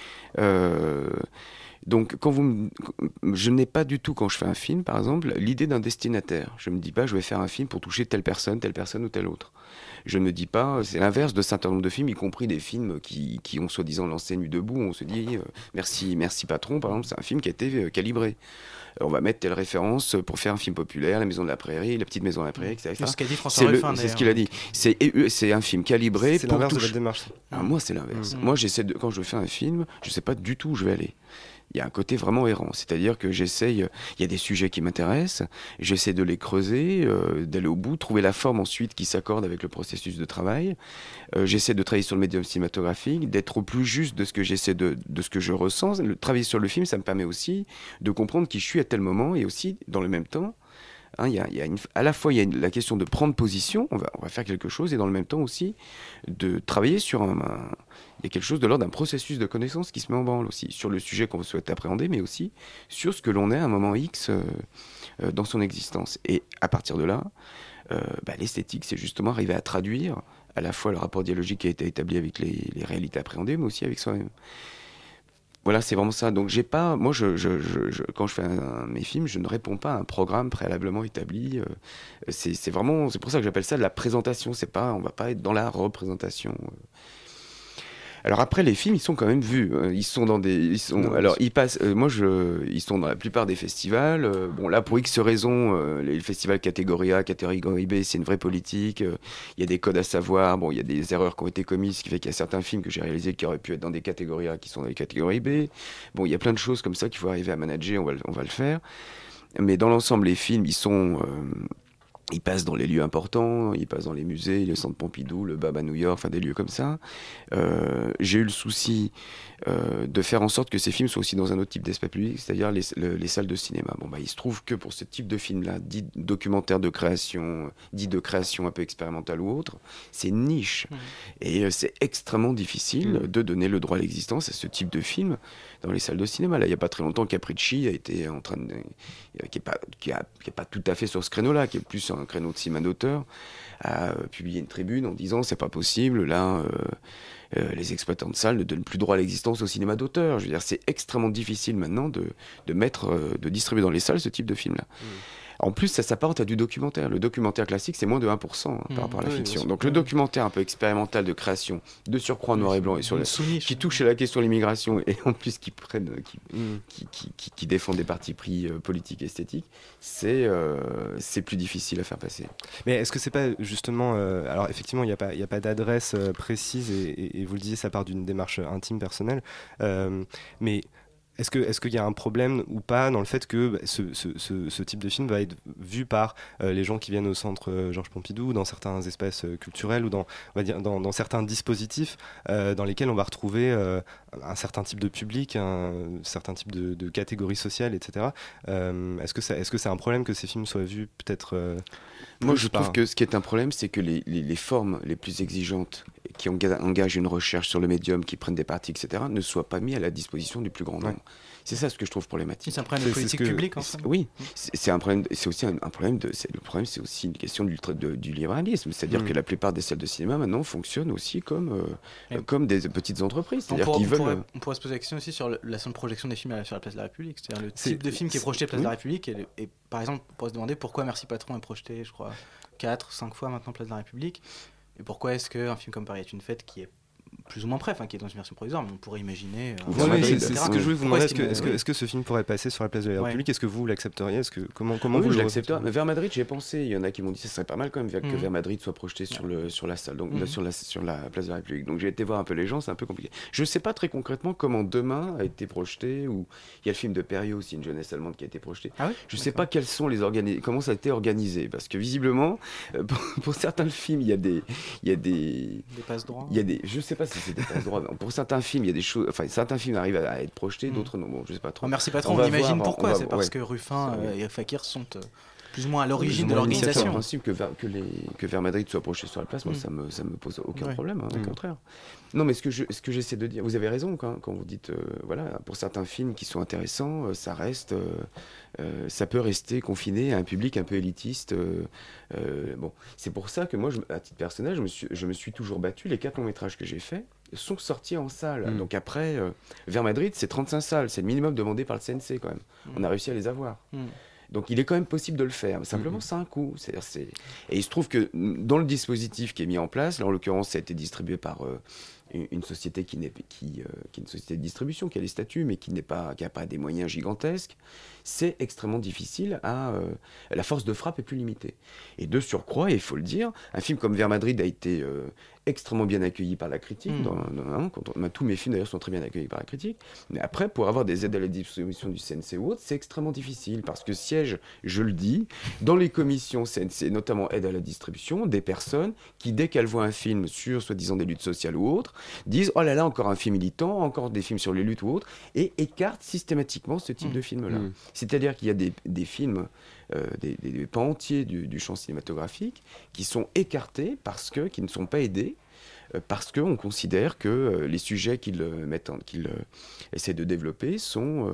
Donc, je n'ai pas du tout, quand je fais un film, par exemple, l'idée d'un destinataire. Je ne me dis pas, je vais faire un film pour toucher telle personne ou telle autre. Je ne me dis pas, c'est l'inverse de certain nombre de films, y compris des films qui ont soi-disant lancé Nuit debout. On se dit, merci patron, par exemple, c'est un film qui a été calibré. On va mettre telle référence pour faire un film populaire, La Maison de la Prairie, La Petite Maison de la Prairie, etc. C'est ce qu'a dit François Ruffin. C'est ce qu'il a dit. C'est un film calibré. C'est l'inverse de votre démarche. Moi, c'est l'inverse. Moi, quand je fais un film, je ne sais pas du tout où je vais aller. Il y a un côté vraiment errant, c'est-à-dire que il y a des sujets qui m'intéressent, j'essaie de les creuser, d'aller au bout, trouver la forme ensuite qui s'accorde avec le processus de travail. J'essaie de travailler sur le médium cinématographique, d'être au plus juste de ce que de ce que je ressens. Travailler sur le film, ça me permet aussi de comprendre qui je suis à tel moment, et aussi, dans le même temps, à la fois il y a la question de prendre position, on va faire quelque chose, et dans le même temps aussi de travailler sur il y a quelque chose de l'ordre d'un processus de connaissance qui se met en branle aussi, sur le sujet qu'on souhaite appréhender, mais aussi sur ce que l'on est à un moment X dans son existence. Et à partir de là, l'esthétique, c'est justement arriver à traduire à la fois le rapport dialogique qui a été établi avec les réalités appréhendées, mais aussi avec soi-même. Voilà, c'est vraiment ça. Donc quand je fais mes films, je ne réponds pas à un programme préalablement établi. C'est pour ça que j'appelle ça de la présentation. On va pas être dans la représentation. Alors après, les films, ils sont quand même vus. Ils sont dans des, ils passent. Ils sont dans la plupart des festivals. Bon, là, pour X raisons, les festivals catégorie A, catégorie B, c'est une vraie politique. Il y a des codes à savoir. Bon, il y a des erreurs qui ont été commises, ce qui fait qu'il y a certains films que j'ai réalisés qui auraient pu être dans des catégories A, qui sont dans les catégories B. Bon, il y a plein de choses comme ça qu'il faut arriver à manager. On va le faire. Mais dans l'ensemble, les films, ils passent dans les lieux importants, ils passent dans les musées, le Centre Pompidou, le BAB à New York, enfin des lieux comme ça. J'ai eu le souci de faire en sorte que ces films soient aussi dans un autre type d'espace public, c'est-à-dire les salles de cinéma. Bon, bah, il se trouve que pour ce type de film-là, dit documentaire de création, dit de création un peu expérimentale ou autre, c'est une niche. Et c'est extrêmement difficile de donner le droit à l'existence à ce type de film dans les salles de cinéma. Là, il n'y a pas très longtemps, Capricci a été en train de... qui est pas tout à fait sur ce créneau-là, qui est plus sur un créneau de cinéma d'auteur, a publié une tribune en disant c'est pas possible, là, les exploitants de salles ne donnent plus droit à l'existence au cinéma d'auteur. Je veux dire, c'est extrêmement difficile maintenant de distribuer dans les salles ce type de film-là. En plus, ça s'apparente à du documentaire. Le documentaire classique, c'est moins de 1% par rapport à la fiction. Donc le documentaire un peu expérimental de création, de surcroît en noir et blanc, et qui touche à la question de l'immigration, et en plus qui défend des partis pris politiques et esthétiques, c'est plus difficile à faire passer. Mais est-ce que c'est pas justement... alors effectivement, il n'y a pas d'adresse précise, et vous le disiez, ça part d'une démarche intime, personnelle, mais... Est-ce qu'il y a un problème ou pas dans le fait que ce type de film va être vu par les gens qui viennent au centre Georges Pompidou, dans certains espaces culturels ou dans certains dispositifs dans lesquels on va retrouver un certain type de public, un certain type de catégorie sociale, etc. Est-ce que c'est un problème que ces films soient vus peut-être Moi, je trouve que ce qui est un problème, c'est que les formes les plus exigeantes qui engagent une recherche sur le médium, qui prennent des parties, etc., ne soient pas mis à la disposition du plus grand nombre. C'est ça ce que je trouve problématique. C'est un problème de politique publique, en fait. Oui, c'est un problème. C'est aussi un problème le problème, c'est aussi une question du libéralisme. C'est-à-dire que la plupart des salles de cinéma maintenant fonctionnent aussi comme des petites entreprises. C'est-à-dire on pourrait se poser la question aussi sur la seule projection des films sur la place de la République. C'est-à-dire le type de film qui est projeté à la place de la République. Et par exemple, on pourrait se demander pourquoi Merci Patron est projeté, je crois, 4-5 fois maintenant place de la République. Et pourquoi est-ce qu'un film comme Paris est une fête, qui est plus ou moins prêt, qui est dans une version provisoire, mais on pourrait imaginer... c'est ce que je voulais vous demander. Est-ce que ce film pourrait passer sur la place de la République ? Est-ce que vous l'accepteriez ? Comment vous l'accepteriez ? Mais Vers Madrid, j'y ai pensé. Il y en a qui m'ont dit que ce serait pas mal quand même que Vers Madrid soit projeté sur la salle, donc sur la place de la République. Donc j'ai été voir un peu les gens, c'est un peu compliqué. Je sais pas très concrètement comment Demain a été projeté, ou il y a le film de Perriot aussi, Une jeunesse allemande, qui a été projeté. Je sais pas quels sont comment ça a été organisé, parce que visiblement, pour certains films, il y a des passe-droits. Je sais pas si c'est des passe-droits. Pour certains films, il y a des choses. Enfin, certains films arrivent à être projetés, d'autres non. Bon, je sais pas trop. Merci Patron, on imagine pourquoi. C'est parce que Ruffin et Fakir sont plus ou moins à l'origine de l'organisation. Le principe que Vers Madrid soit projeté sur la place, moi, ça me pose aucun problème, au contraire. Non, mais ce que j'essaie de dire, vous avez raison quand vous dites, pour certains films qui sont intéressants, ça peut rester confiné à un public un peu élitiste. C'est pour ça que moi, à titre personnel, je me suis toujours battu. Les 4 longs métrages que j'ai faits sont sortis en salle. Donc après, Vers Madrid, c'est 35 salles, c'est le minimum demandé par le CNC quand même. On a réussi à les avoir. Donc il est quand même possible de le faire. Simplement, c'est un coût. Et il se trouve que dans le dispositif qui est mis en place, là, en l'occurrence, ça a été distribué par une société qui est une société de distribution, qui a les statuts, mais qui n'a pas des moyens gigantesques. C'est extrêmement difficile. La force de frappe est plus limitée. Et de surcroît, il faut le dire, un film comme Vers Madrid a été extrêmement bien accueilli par la critique. Tous mes films d'ailleurs sont très bien accueillis par la critique. Mais après, pour avoir des aides à la distribution du CNC ou autre, c'est extrêmement difficile parce que siègent, je le dis, dans les commissions CNC, notamment aide à la distribution, des personnes qui, dès qu'elles voient un film sur soi-disant des luttes sociales ou autres, disent oh là là, encore un film militant, encore des films sur les luttes ou autres, et écartent systématiquement ce type de film-là. C'est-à-dire qu'il y a des films, des pans entiers du champ cinématographique qui sont écartés qui ne sont pas aidés, parce qu'on considère que les sujets qu'ils essaient de développer sont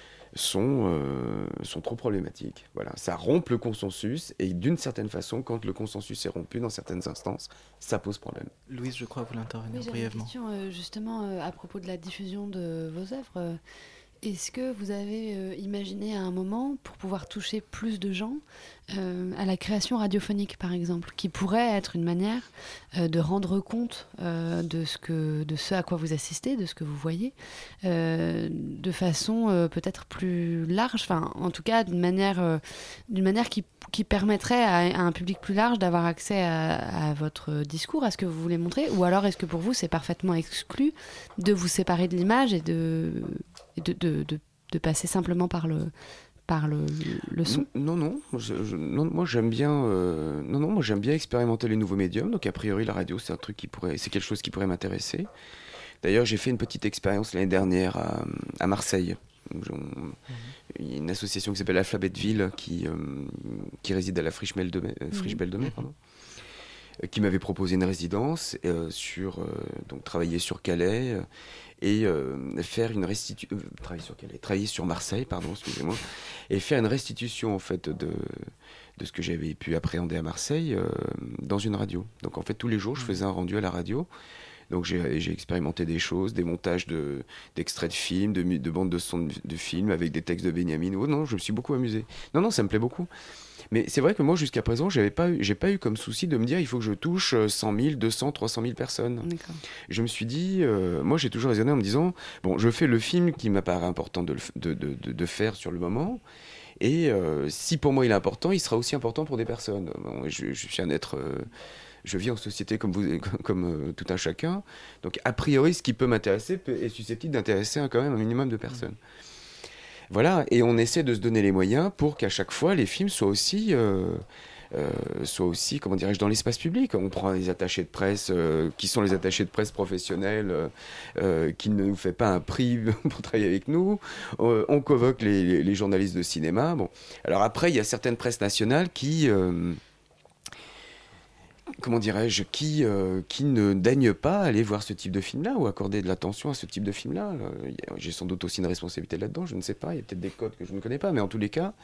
trop problématiques. Voilà, ça rompt le consensus, et d'une certaine façon, quand le consensus est rompu dans certaines instances, ça pose problème. Louise, je crois, vous l'intervenir brièvement. J'ai une question justement à propos de la diffusion de vos œuvres. Est-ce que vous avez imaginé à un moment, pour pouvoir toucher plus de gens, à la création radiophonique par exemple, qui pourrait être une manière de rendre compte de ce à quoi vous assistez, de ce que vous voyez, de façon peut-être plus large, enfin en tout cas d'une manière qui permettrait à un public plus large d'avoir accès à votre discours, à ce que vous voulez montrer, ou alors est-ce que pour vous c'est parfaitement exclu de vous séparer de l'image et de passer simplement par le son? Non, moi j'aime bien, moi j'aime bien expérimenter les nouveaux médiums. Donc a priori la radio c'est quelque chose qui pourrait m'intéresser. D'ailleurs j'ai fait une petite expérience l'année dernière à Marseille. Il y a une association qui s'appelle Alphabet de Ville qui réside à la Friche Belle de Mai, qui m'avait proposé une résidence donc travailler sur Calais et faire une restitution, travailler sur Marseille, excusez-moi, et faire une restitution en fait de ce que j'avais pu appréhender à Marseille dans une radio. Donc en fait tous les jours je faisais un rendu à la radio. Donc j'ai expérimenté des choses, des montages d'extraits de films, de bandes de son de films avec des textes de Benjamin. Oh non, je me suis beaucoup amusé. Non, ça me plaît beaucoup. Mais c'est vrai que moi, jusqu'à présent, j'ai pas eu comme souci de me dire il faut que je touche 100 000, 200, 300 000 personnes. D'accord. Je me suis dit, moi j'ai toujours raisonné en me disant, bon, je fais le film qui m'apparaît important de faire sur le moment. Et si pour moi il est important, il sera aussi important pour des personnes. Bon, je suis un être... je vis en société comme tout un chacun. Donc, a priori, ce qui peut m'intéresser est susceptible d'intéresser quand même un minimum de personnes. Voilà, et on essaie de se donner les moyens pour qu'à chaque fois, les films soient aussi comment dirais-je, dans l'espace public. On prend les attachés de presse, qui sont les attachés de presse professionnels, qui ne nous fait pas un prix pour travailler avec nous. On convoque les journalistes de cinéma. Bon. Alors après, il y a certaines presses nationales qui... comment dirais-je, qui ne daignent pas aller voir ce type de film-là ou accorder de l'attention à ce type de film-là. J'ai sans doute aussi une responsabilité là-dedans, je ne sais pas, il y a peut-être des codes que je ne connais pas, mais en tous les cas,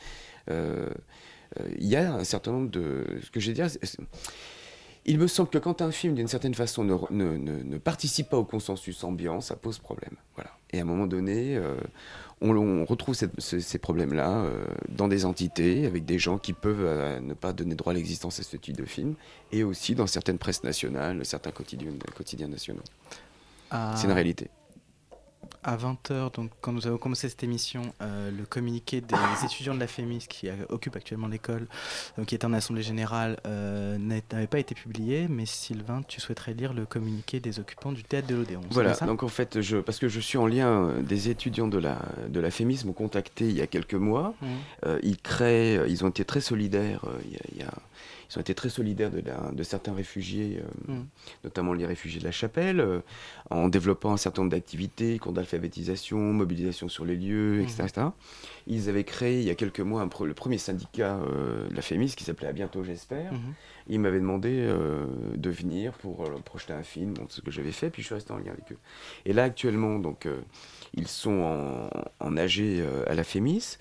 il y a un certain nombre de... Ce que j'ai dit, il me semble que quand un film, d'une certaine façon, ne participe pas au consensus ambiant, ça pose problème. Voilà. Et à un moment donné, on retrouve ces problèmes-là dans des entités, avec des gens qui peuvent ne pas donner droit à l'existence à ce type de film, et aussi dans certaines presses nationales, certains quotidiens nationaux. C'est une réalité. À 20h, donc, quand nous avons commencé cette émission, le communiqué des étudiants de la FEMIS qui occupe actuellement l'école, qui est en assemblée générale, n'avait pas été publié. Mais Sylvain, tu souhaiterais lire le communiqué des occupants du théâtre de l'Odéon? Voilà, donc en fait, parce que je suis en lien, des étudiants de la FEMIS m'ont contacté il y a quelques mois. Ils ont été très solidaires. Ils ont été très solidaires de certains réfugiés, notamment les réfugiés de la Chapelle, en développant un certain nombre d'activités, cours d'alphabétisation, mobilisation sur les lieux, etc. Ils avaient créé il y a quelques mois le premier syndicat de la FEMIS qui s'appelait À bientôt j'espère. Ils m'avaient demandé de venir pour projeter un film, donc ce que j'avais fait, puis je suis resté en lien avec eux. Et là actuellement, donc, ils sont en AG à la FEMIS.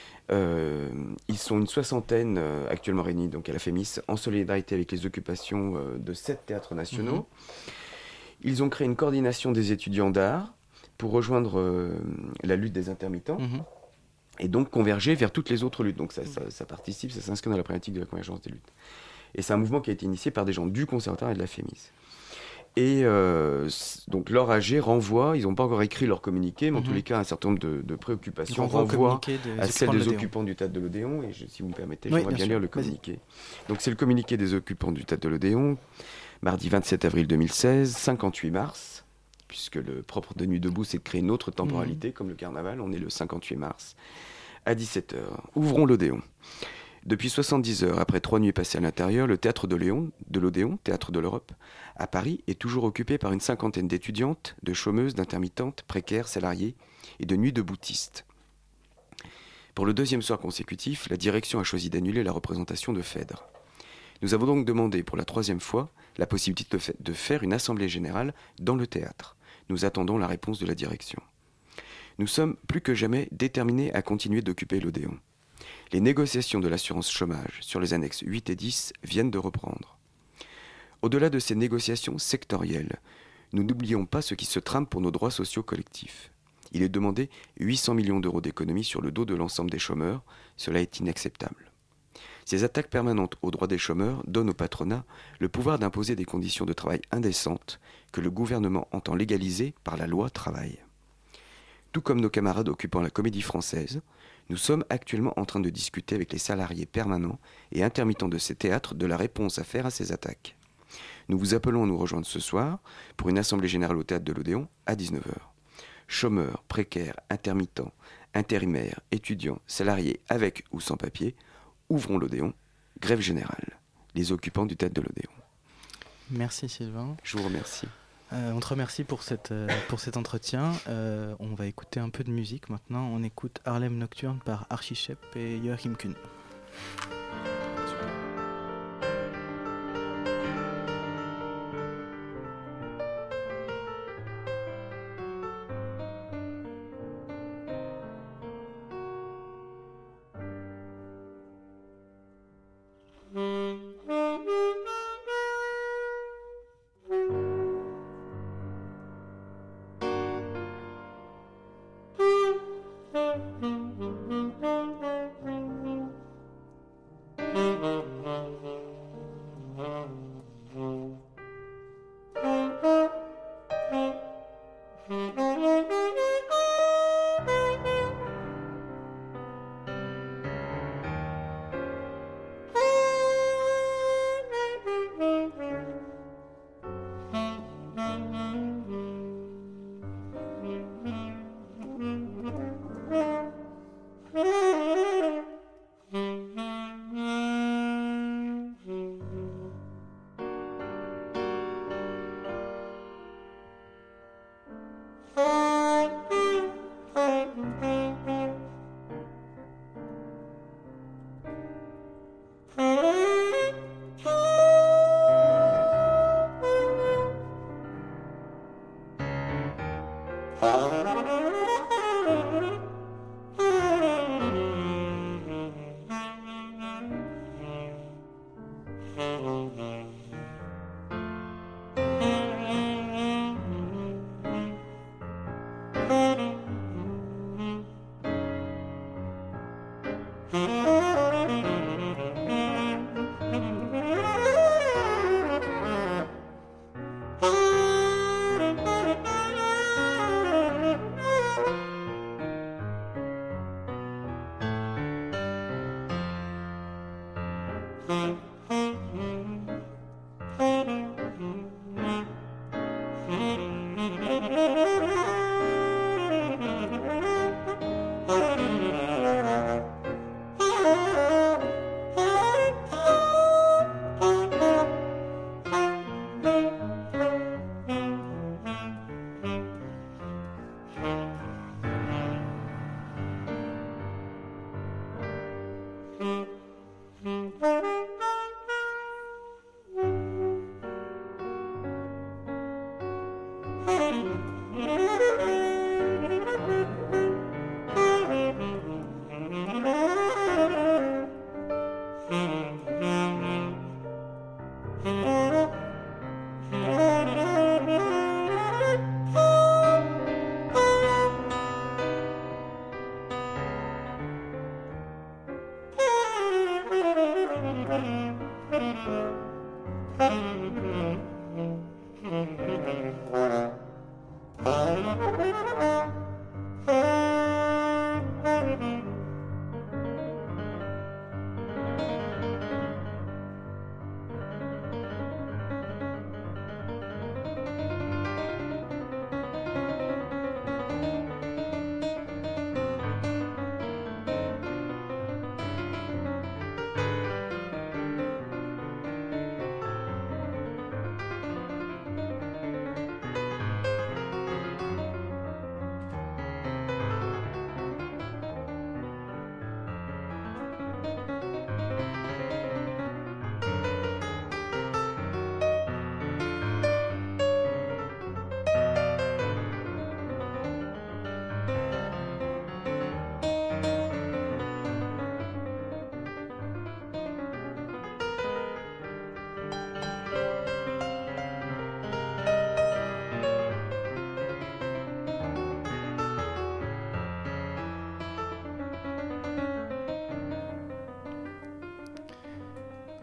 Ils sont une soixantaine actuellement réunis donc à la FEMIS en solidarité avec les occupations de 7 théâtres nationaux. Ils ont créé une coordination des étudiants d'art pour rejoindre la lutte des intermittents et donc converger vers toutes les autres luttes. Donc ça participe, ça s'inscrit dans la problématique de la convergence des luttes. Et c'est un mouvement qui a été initié par des gens du conservatoire et de la FEMIS. Et donc leur AG renvoie, ils n'ont pas encore écrit leur communiqué, mais en tous les cas un certain nombre de préoccupations renvoient à celles des occupants du théâtre de l'Odéon. Et si vous me permettez, j'aimerais bien lire le communiqué. Donc c'est le communiqué des occupants du théâtre de l'Odéon, mardi 27 avril 2016, 58 mars, puisque le propre de Nuit debout, c'est de créer une autre temporalité, comme le carnaval. On est le 58 mars, à 17h. Ouvrons l'Odéon. Depuis 70 heures, après 3 nuits passées à l'intérieur, le théâtre de l'Odéon, théâtre de l'Europe, à Paris, est toujours occupé par une cinquantaine d'étudiantes, de chômeuses, d'intermittentes, précaires, salariées et de nuits deboutistes. Pour le deuxième soir consécutif, la direction a choisi d'annuler la représentation de Phèdre. Nous avons donc demandé pour la 3e fois la possibilité de faire une assemblée générale dans le théâtre. Nous attendons la réponse de la direction. Nous sommes plus que jamais déterminés à continuer d'occuper l'Odéon. Les négociations de l'assurance chômage sur les annexes 8 et 10 viennent de reprendre. Au-delà de ces négociations sectorielles, nous n'oublions pas ce qui se trame pour nos droits sociaux collectifs. Il est demandé 800 millions d'euros d'économies sur le dos de l'ensemble des chômeurs. Cela est inacceptable. Ces attaques permanentes aux droits des chômeurs donnent au patronat le pouvoir d'imposer des conditions de travail indécentes que le gouvernement entend légaliser par la loi travail. Tout comme nos camarades occupant la Comédie Française, nous sommes actuellement en train de discuter avec les salariés permanents et intermittents de ces théâtres de la réponse à faire à ces attaques. Nous vous appelons à nous rejoindre ce soir pour une assemblée générale au théâtre de l'Odéon à 19h. Chômeurs, précaires, intermittents, intérimaires, étudiants, salariés avec ou sans papier, ouvrons l'Odéon, grève générale. Les occupants du théâtre de l'Odéon. Merci Sylvain. Je vous remercie. On te remercie pour cet entretien. On va écouter un peu de musique maintenant. On écoute Harlem Nocturne par Archie Shepp et Joachim Kuhn.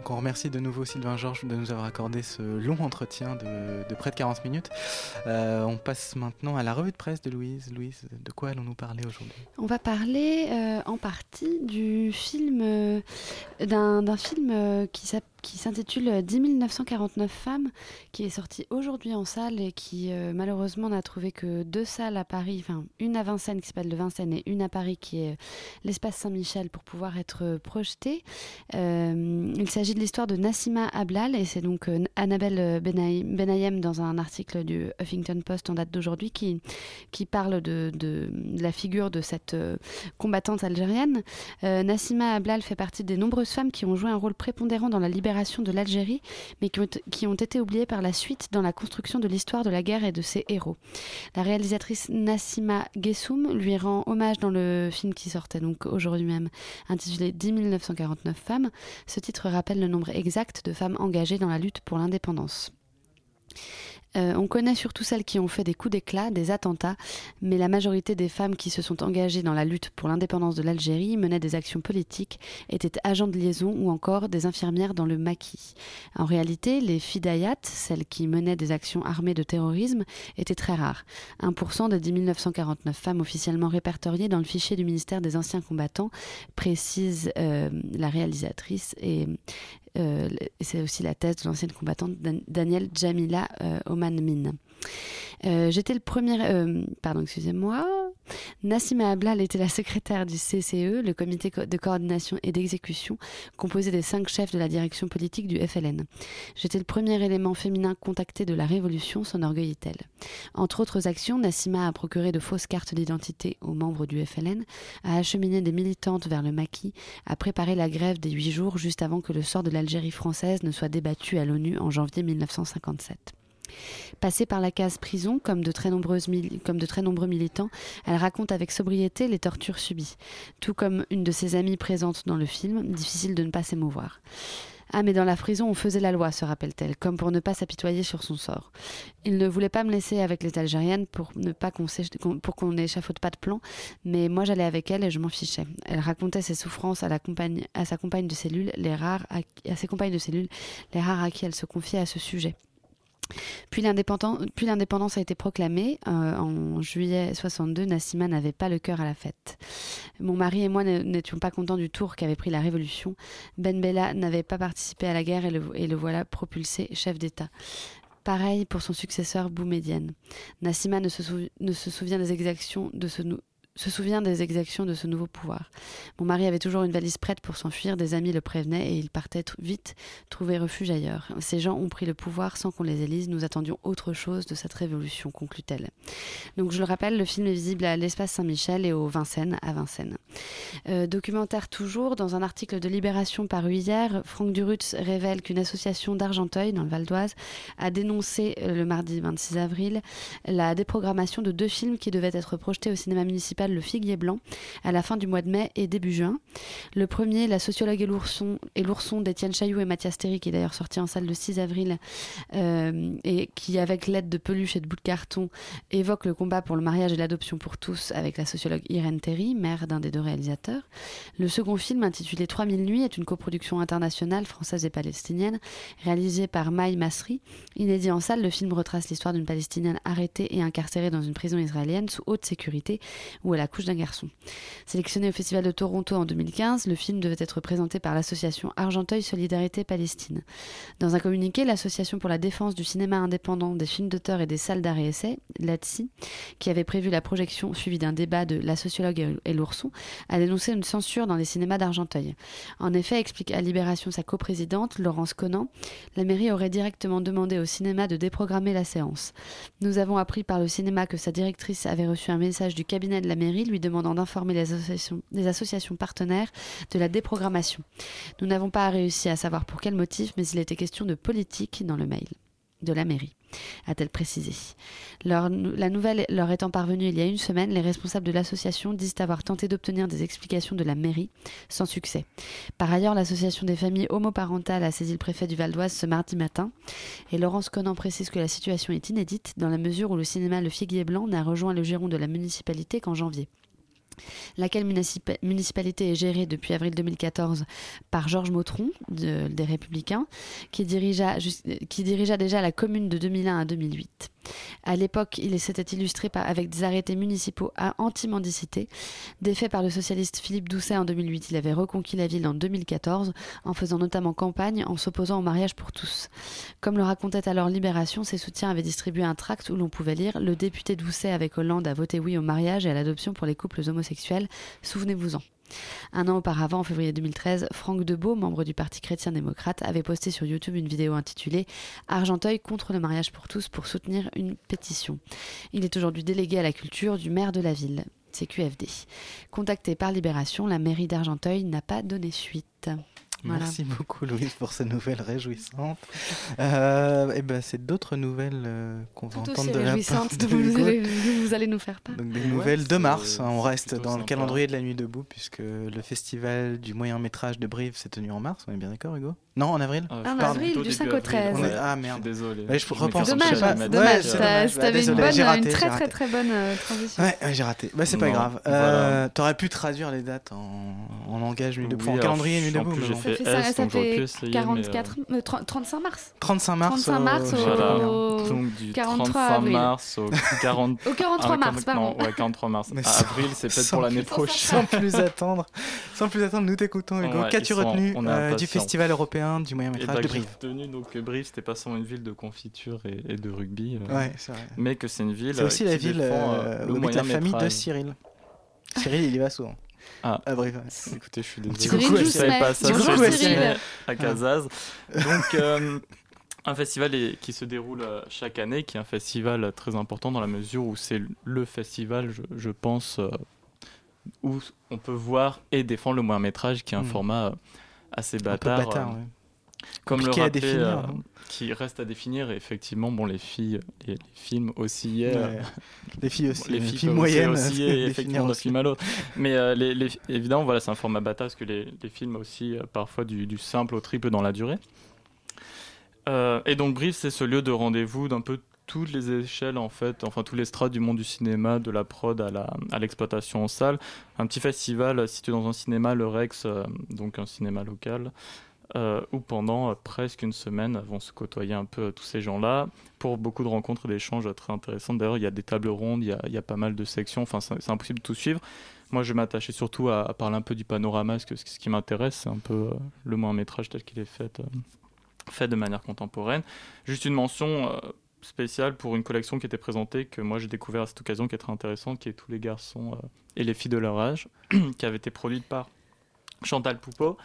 Donc on remercie de nouveau Sylvain Georges de nous avoir accordé ce long entretien de près de 40 minutes. On passe maintenant à la revue de presse de Louise. Louise, de quoi allons-nous parler aujourd'hui ? On va parler en partie du film, d'un film qui s'intitule 10 949 femmes, qui est sorti aujourd'hui en salle et qui malheureusement n'a trouvé que 2 salles à Paris, enfin une à Vincennes qui s'appelle le Vincennes et une à Paris qui est l'espace Saint-Michel pour pouvoir être projeté. Il s'agit de l'histoire de Nassima Ablal et c'est donc Annabelle Benayem dans un article du Huffington Post en date d'aujourd'hui qui parle de la figure de cette combattante algérienne. Nassima Ablal fait partie des nombreuses femmes qui ont joué un rôle prépondérant dans la libération de l'Algérie, mais qui ont été oubliées par la suite dans la construction de l'histoire de la guerre et de ses héros. La réalisatrice Nassima Guessoum lui rend hommage dans le film qui sortait donc aujourd'hui même, intitulé 10 949 femmes. Ce titre rappelle le nombre exact de femmes engagées dans la lutte pour l'indépendance. On connaît surtout celles qui ont fait des coups d'éclat, des attentats, mais la majorité des femmes qui se sont engagées dans la lutte pour l'indépendance de l'Algérie menaient des actions politiques, étaient agents de liaison ou encore des infirmières dans le maquis. En réalité, les fidayat, celles qui menaient des actions armées de terrorisme, étaient très rares. 1% des 10 949 femmes officiellement répertoriées dans le fichier du ministère des Anciens Combattants, précise la réalisatrice et c'est aussi la thèse de l'ancienne combattante Danielle Jamila Oman Min. Nassima Ablal était la secrétaire du CCE, le comité de coordination et d'exécution, composé des 5 chefs de la direction politique du FLN. J'étais le premier élément féminin contacté de la Révolution, s'enorgueillit-elle. Entre autres actions, Nassima a procuré de fausses cartes d'identité aux membres du FLN, a acheminé des militantes vers le maquis, a préparé la grève des 8 jours juste avant que le sort de l'Algérie française ne soit débattu à l'ONU en janvier 1957. Passée par la case prison, comme de très nombreux militants, elle raconte avec sobriété les tortures subies. Tout comme une de ses amies présente dans le film, difficile de ne pas s'émouvoir. Ah, mais dans la prison, on faisait la loi, se rappelle-t-elle, comme pour ne pas s'apitoyer sur son sort. Il ne voulait pas me laisser avec les Algériennes pour qu'on n'échafaude pas de plan, mais moi j'allais avec elle et je m'en fichais. Elle racontait ses souffrances à sa compagne de cellule, à ses compagnes de cellule, les rares à qui elle se confiait à ce sujet. Puis l'indépendance a été proclamée. En juillet 62, Nassima n'avait pas le cœur à la fête. Mon mari et moi n'étions pas contents du tour qu'avait pris la Révolution. Ben Bella n'avait pas participé à la guerre et le voilà propulsé chef d'État. Pareil pour son successeur Boumedienne. Nassima se souvient des exactions de ce nouveau pouvoir. Mon mari avait toujours une valise prête pour s'enfuir, des amis le prévenaient et il partait vite trouver refuge ailleurs. Ces gens ont pris le pouvoir sans qu'on les élise, nous attendions autre chose de cette révolution, conclut-elle. Donc je le rappelle, le film est visible à l'espace Saint-Michel et au Vincennes, à Vincennes. Documentaire toujours, dans un article de Libération paru hier, Franck Durutz révèle qu'une association d'Argenteuil, dans le Val d'Oise, a dénoncé le mardi 26 avril la déprogrammation de 2 films qui devaient être projetés au cinéma municipal Le Figuier Blanc à la fin du mois de mai et début juin. Le premier, La sociologue et l'ourson d'Étienne Chailloux et Mathias Théry, qui est d'ailleurs sorti en salle le 6 avril et qui, avec l'aide de peluches et de bouts de carton, évoque le combat pour le mariage et l'adoption pour tous avec la sociologue Irène Théry, mère d'un des 2 réalisateurs. Le second film, intitulé 3000 nuits, est une coproduction internationale française et palestinienne réalisée par Maï Masri. Inédit en salle, le film retrace l'histoire d'une Palestinienne arrêtée et incarcérée dans une prison israélienne sous haute sécurité où elle accouche d'un garçon. Sélectionné au Festival de Toronto en 2015, le film devait être présenté par l'association Argenteuil Solidarité Palestine. Dans un communiqué, l'association pour la défense du cinéma indépendant, des films d'auteur et des salles d'art et essai, l'ADCI, qui avait prévu la projection suivie d'un débat de La sociologue et l'ourson, a dénoncé une censure dans les cinémas d'Argenteuil. En effet, explique à Libération sa coprésidente, Laurence Conan, la mairie aurait directement demandé au cinéma de déprogrammer la séance. Nous avons appris par le cinéma que sa directrice avait reçu un message du cabinet de la mairie lui demandant d'informer les associations partenaires de la déprogrammation. Nous n'avons pas réussi à savoir pour quel motif, mais il était question de politique dans le mail de la mairie, a-t-elle précisé. La nouvelle leur étant parvenue il y a une semaine, les responsables de l'association disent avoir tenté d'obtenir des explications de la mairie, sans succès. Par ailleurs, l'association des familles homoparentales a saisi le préfet du Val d'Oise ce mardi matin, et Laurence Conan précise que la situation est inédite, dans la mesure où le cinéma Le Figuier Blanc n'a rejoint le giron de la municipalité qu'en janvier. laquelle municipalité est gérée depuis avril 2014 par Georges Motron, des Républicains, qui dirigea déjà la commune de 2001 à 2008. À l'époque, il s'était illustré avec des arrêtés municipaux à anti-mendicité. Défait par le socialiste Philippe Doucet en 2008, il avait reconquis la ville en 2014, en faisant notamment campagne en s'opposant au mariage pour tous. Comme le racontait alors Libération, ses soutiens avaient distribué un tract où l'on pouvait lire « Le député Doucet avec Hollande a voté oui au mariage et à l'adoption pour les couples homosexuels. Souvenez-vous-en ». Un an auparavant, en février 2013, Franck Debeau, membre du Parti chrétien-démocrate, avait posté sur YouTube une vidéo intitulée « Argenteuil contre le mariage pour tous » pour soutenir une pétition. Il est aujourd'hui délégué à la culture du maire de la ville, CQFD. Contacté par Libération, la mairie d'Argenteuil n'a pas donné suite. Voilà. Merci beaucoup Louise pour ces nouvelles réjouissantes. C'est d'autres nouvelles qu'on va entendre de la part de Hugo. Vous allez nous faire part. Donc des nouvelles de mars, on reste dans le calendrier de la Nuit debout puisque le festival du moyen métrage de Brive s'est tenu en mars, on est bien d'accord Hugo ? Non, en avril ? En avril, du 5 au 13. Ah merde. Désolé. Je repense. Dommage, t'avais une très bonne transition. Ouais, j'ai raté. C'est pas grave. Voilà. T'aurais pu traduire les dates en langage Nuit debout, en calendrier Nuit debout. Ça fait 35 mars. 35 mars. 35 mars au donc du 43 35 avril. mars au 40... au 43 mars, pardon. Non, ouais, 43 mars. Avril, c'est peut-être pour l'année prochaine. Sans plus attendre, nous t'écoutons Hugo. Ouais, qu'as-tu retenu du Festival européen du moyen métrage de Brive ? J'ai retenu donc Brive, c'était pas seulement une ville de confiture et de rugby, ouais, c'est vrai. mais que c'est une ville. C'est aussi la ville où habite la famille de Cyril. Cyril, il y va souvent. À Brive. Écoutez, je suis désolé. Cyril, je savais pas ça. Cyril à Casaz. Donc un festival qui se déroule chaque année, qui est un festival très important dans la mesure où c'est le festival, je pense, où on peut voir et défendre le moyen métrage, qui est un format assez bâtard. Comme le rappelait, qui reste à définir, et effectivement, les filles et les films oscillaient. Les filles aussi. Les filles moyennes oscillaient effectivement d'un film à l'autre. Mais évidemment, voilà, c'est un format bâtard parce que les films aussi parfois du simple au triple dans la durée. Et donc Brive, c'est ce lieu de rendez-vous d'un peu toutes les échelles en fait, enfin tous les strates du monde du cinéma, de la prod à l'exploitation en salle. Un petit festival situé dans un cinéma, le Rex, donc un cinéma local. Où pendant presque une semaine vont se côtoyer un peu tous ces gens-là pour beaucoup de rencontres et d'échanges très intéressants. D'ailleurs, il y a des tables rondes, il y a pas mal de sections, enfin c'est impossible de tout suivre. Moi, je vais m'attacher surtout à parler un peu du panorama, parce que ce qui m'intéresse, c'est un peu le moyen métrage tel qu'il est fait de manière contemporaine. Juste une mention spéciale pour une collection qui était présentée, que moi j'ai découvert à cette occasion, qui est très intéressante, qui est Tous les garçons et les filles de leur âge, qui avait été produite par Chantal Poupeau.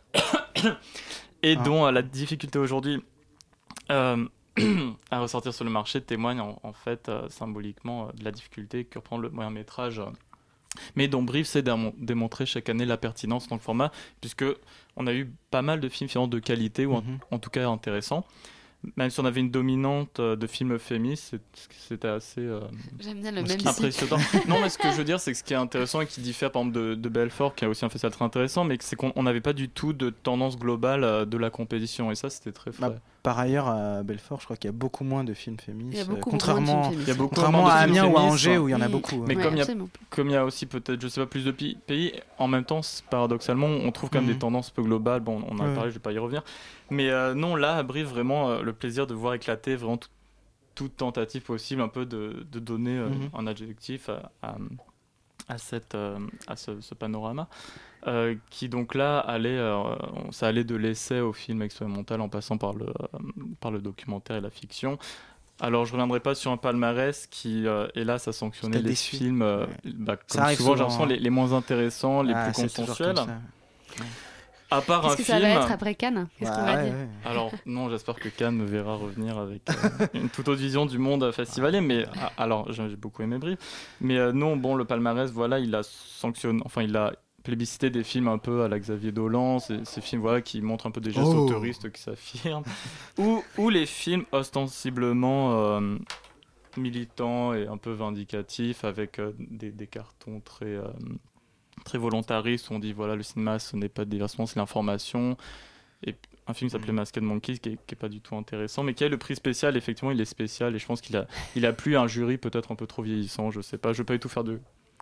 Et dont la difficulté aujourd'hui à ressortir sur le marché témoigne en fait symboliquement de la difficulté que reprend le moyen métrage, mais dont Brive sait démontrer chaque année la pertinence dans le format, puisque on a eu pas mal de films finalement de qualité ou en tout cas intéressants. Même si on avait une dominante de films féministes, c'était assez J'aime bien le même impressionnant. Non, mais ce que je veux dire, c'est que ce qui est intéressant et qui diffère par exemple de Belfort, qui a aussi un festival très intéressant, mais c'est qu'on n'avait pas du tout de tendance globale de la compétition, et ça c'était très frais. Par ailleurs, à Belfort, je crois qu'il y a beaucoup moins de films féministes, contrairement à Amiens ou à Angers où il y en a beaucoup. Mais comme il y a aussi peut-être, je sais pas, plus de pays, en même temps, paradoxalement, on trouve quand même des tendances peu globales. Bon, on en a parlé, je vais pas y revenir. Mais non, là, à Brive, vraiment, le plaisir de voir éclater vraiment toute tentative possible, un peu de donner un adjectif à ce panorama. Qui donc là ça allait de l'essai au film expérimental en passant par le documentaire et la fiction. Alors je reviendrai pas sur un palmarès qui hélas a sanctionné les films comme souvent j'ai l'impression les moins intéressants, les plus consensuels. À part un film. Qu'est-ce que ça va être après Cannes ? Qu'est-ce qu'on va dire ? Alors non, j'espère que Cannes me verra revenir avec une toute autre vision du monde festivalier. Mais alors j'ai beaucoup aimé Brive. Mais non, le palmarès, voilà, il a sanctionné. Enfin, il a plébiscité des films un peu à la Xavier Dolan, ces films qui montrent un peu des gestes autoristes qui s'affirment, ou les films ostensiblement militants et un peu vindicatifs avec des cartons très volontaristes où on dit voilà, le cinéma ce n'est pas de divertissement, c'est l'information. Et un film qui s'appelait Masked Monkeys qui est pas du tout intéressant, mais qui a le prix spécial. Effectivement, il est spécial et je pense qu'il a plu à un jury peut-être un peu trop vieillissant, je sais pas, je vais pas du tout faire de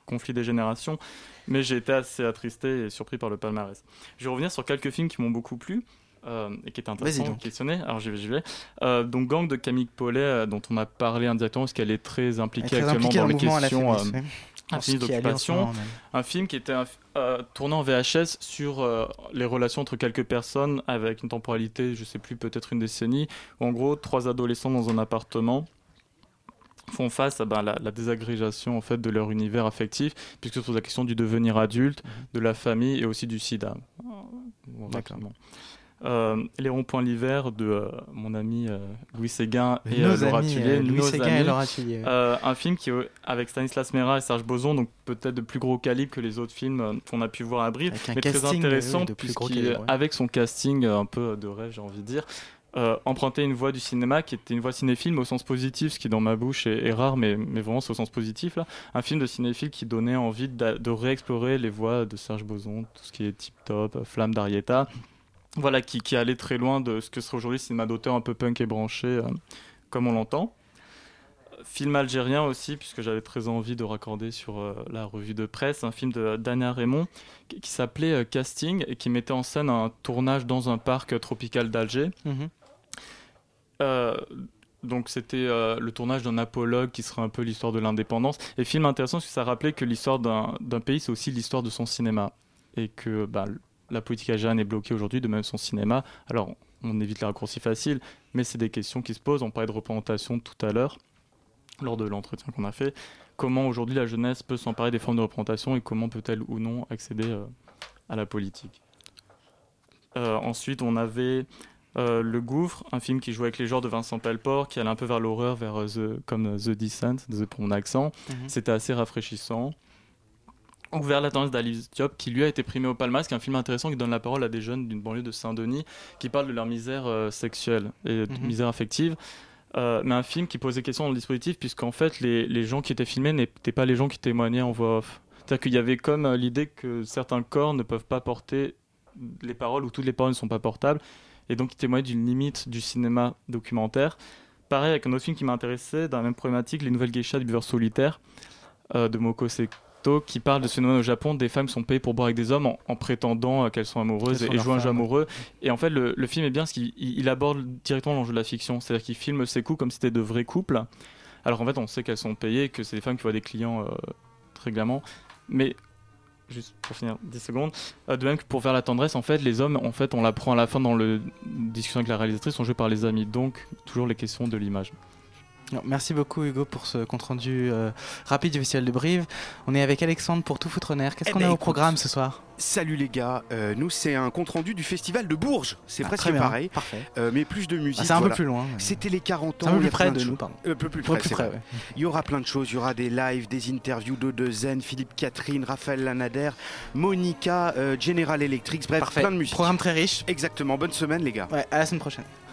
conflit des générations, mais j'ai été assez attristé et surpris par le palmarès. Je vais revenir sur quelques films qui m'ont beaucoup plu. Et qui est intéressant de questionner. Alors j'y vais. Donc Gang de Camille Paulet, dont on a parlé indirectement parce qu'elle est très impliquée actuellement dans les questions féministes d'occupation. Un film qui était tourné en VHS sur les relations entre quelques personnes avec une temporalité, je sais plus, peut-être une décennie, où en gros 3 adolescents dans un appartement font face à la désagrégation en fait de leur univers affectif, puisque se pose la question du devenir adulte, de la famille et aussi du sida. Rapidement. Les ronds-points l'hiver de mon ami Louis Séguin et Laura Tullier. Louis Séguin et Laura Tullier. Un film qui avec Stanislas Mera et Serge Boson, donc peut-être de plus gros calibre que les autres films qu'on a pu voir à Brive, mais très intéressant avec son casting un peu de rêve, j'ai envie de dire. Emprunter une voix du cinéma qui était une voix cinéphile mais au sens positif, ce qui dans ma bouche est rare, mais vraiment c'est au sens positif là. Un film de cinéphile qui donnait envie de réexplorer les voix de Serge Boson, tout ce qui est Tip Top, Flamme d'Arietta. Voilà, qui allait très loin de ce que serait aujourd'hui le cinéma d'auteur un peu punk et branché, comme on l'entend. Film algérien aussi, puisque j'avais très envie de raccorder sur la revue de presse, un film de Dania Raymond qui s'appelait Casting et qui mettait en scène un tournage dans un parc tropical d'Alger. Donc c'était le tournage d'un apologue qui serait un peu l'histoire de l'indépendance. Et film intéressant parce que ça rappelait que l'histoire d'un pays, c'est aussi l'histoire de son cinéma. Et que la politique algérienne est bloquée aujourd'hui, de même son cinéma. Alors, on évite les raccourcis faciles, mais c'est des questions qui se posent. On parlait de représentation tout à l'heure, lors de l'entretien qu'on a fait. Comment aujourd'hui la jeunesse peut s'emparer des formes de représentation et comment peut-elle ou non accéder à la politique. Ensuite, on avait Le Gouffre, un film qui jouait avec les genres de Vincent Pelleport, qui allait un peu vers l'horreur, comme The Descent, pour mon accent. C'était assez rafraîchissant. Ou vers la tendance d'Alice Diop, qui lui a été primé au Palmas, qui est un film intéressant qui donne la parole à des jeunes d'une banlieue de Saint-Denis qui parlent de leur misère sexuelle et de misère affective. Mais un film qui posait question dans le dispositif, puisqu'en fait les gens qui étaient filmés n'étaient pas les gens qui témoignaient en voix off. C'est-à-dire qu'il y avait comme l'idée que certains corps ne peuvent pas porter les paroles, ou toutes les paroles ne sont pas portables, et donc ils témoignaient d'une limite du cinéma documentaire. Pareil avec un autre film qui m'intéressait, dans la même problématique, Les Nouvelles Geishas du Beurre Solitaire, de Moko Seko, qui parle de ce phénomène au Japon, des femmes sont payées pour boire avec des hommes en prétendant qu'elles sont amoureuses et jouent un jeu amoureux. Et en fait, le film est bien parce qu'il aborde directement l'enjeu de la fiction. C'est-à-dire qu'il filme ces couples comme si c'était de vrais couples. Alors en fait, on sait qu'elles sont payées, que c'est des femmes qui voient des clients très régulièrement. Mais, juste pour finir 10 secondes, de même que pour faire la tendresse, en fait, les hommes, en fait, on l'apprend à la fin dans la discussion avec la réalisatrice, sont joués par les amis. Donc, toujours les questions de l'image. Merci beaucoup Hugo pour ce compte-rendu rapide du Festival de Brive. On est avec Alexandre pour Tout foutre en air. Qu'est-ce qu'on a au programme ce soir ? Salut les gars, nous c'est un compte-rendu du Festival de Bourges. C'est presque pareil, mais plus de musique. C'est un peu plus loin. C'était les 40 ans. C'est un peu plus près de nous, pardon. Un peu plus près, ouais. Il y aura plein de choses, il y aura des lives, des interviews de Zen, Philippe Catherine, Raphaël Lanader, Monica, General Electric, bref, plein de musique. Programme très riche. Exactement, bonne semaine les gars. Ouais, à la semaine prochaine.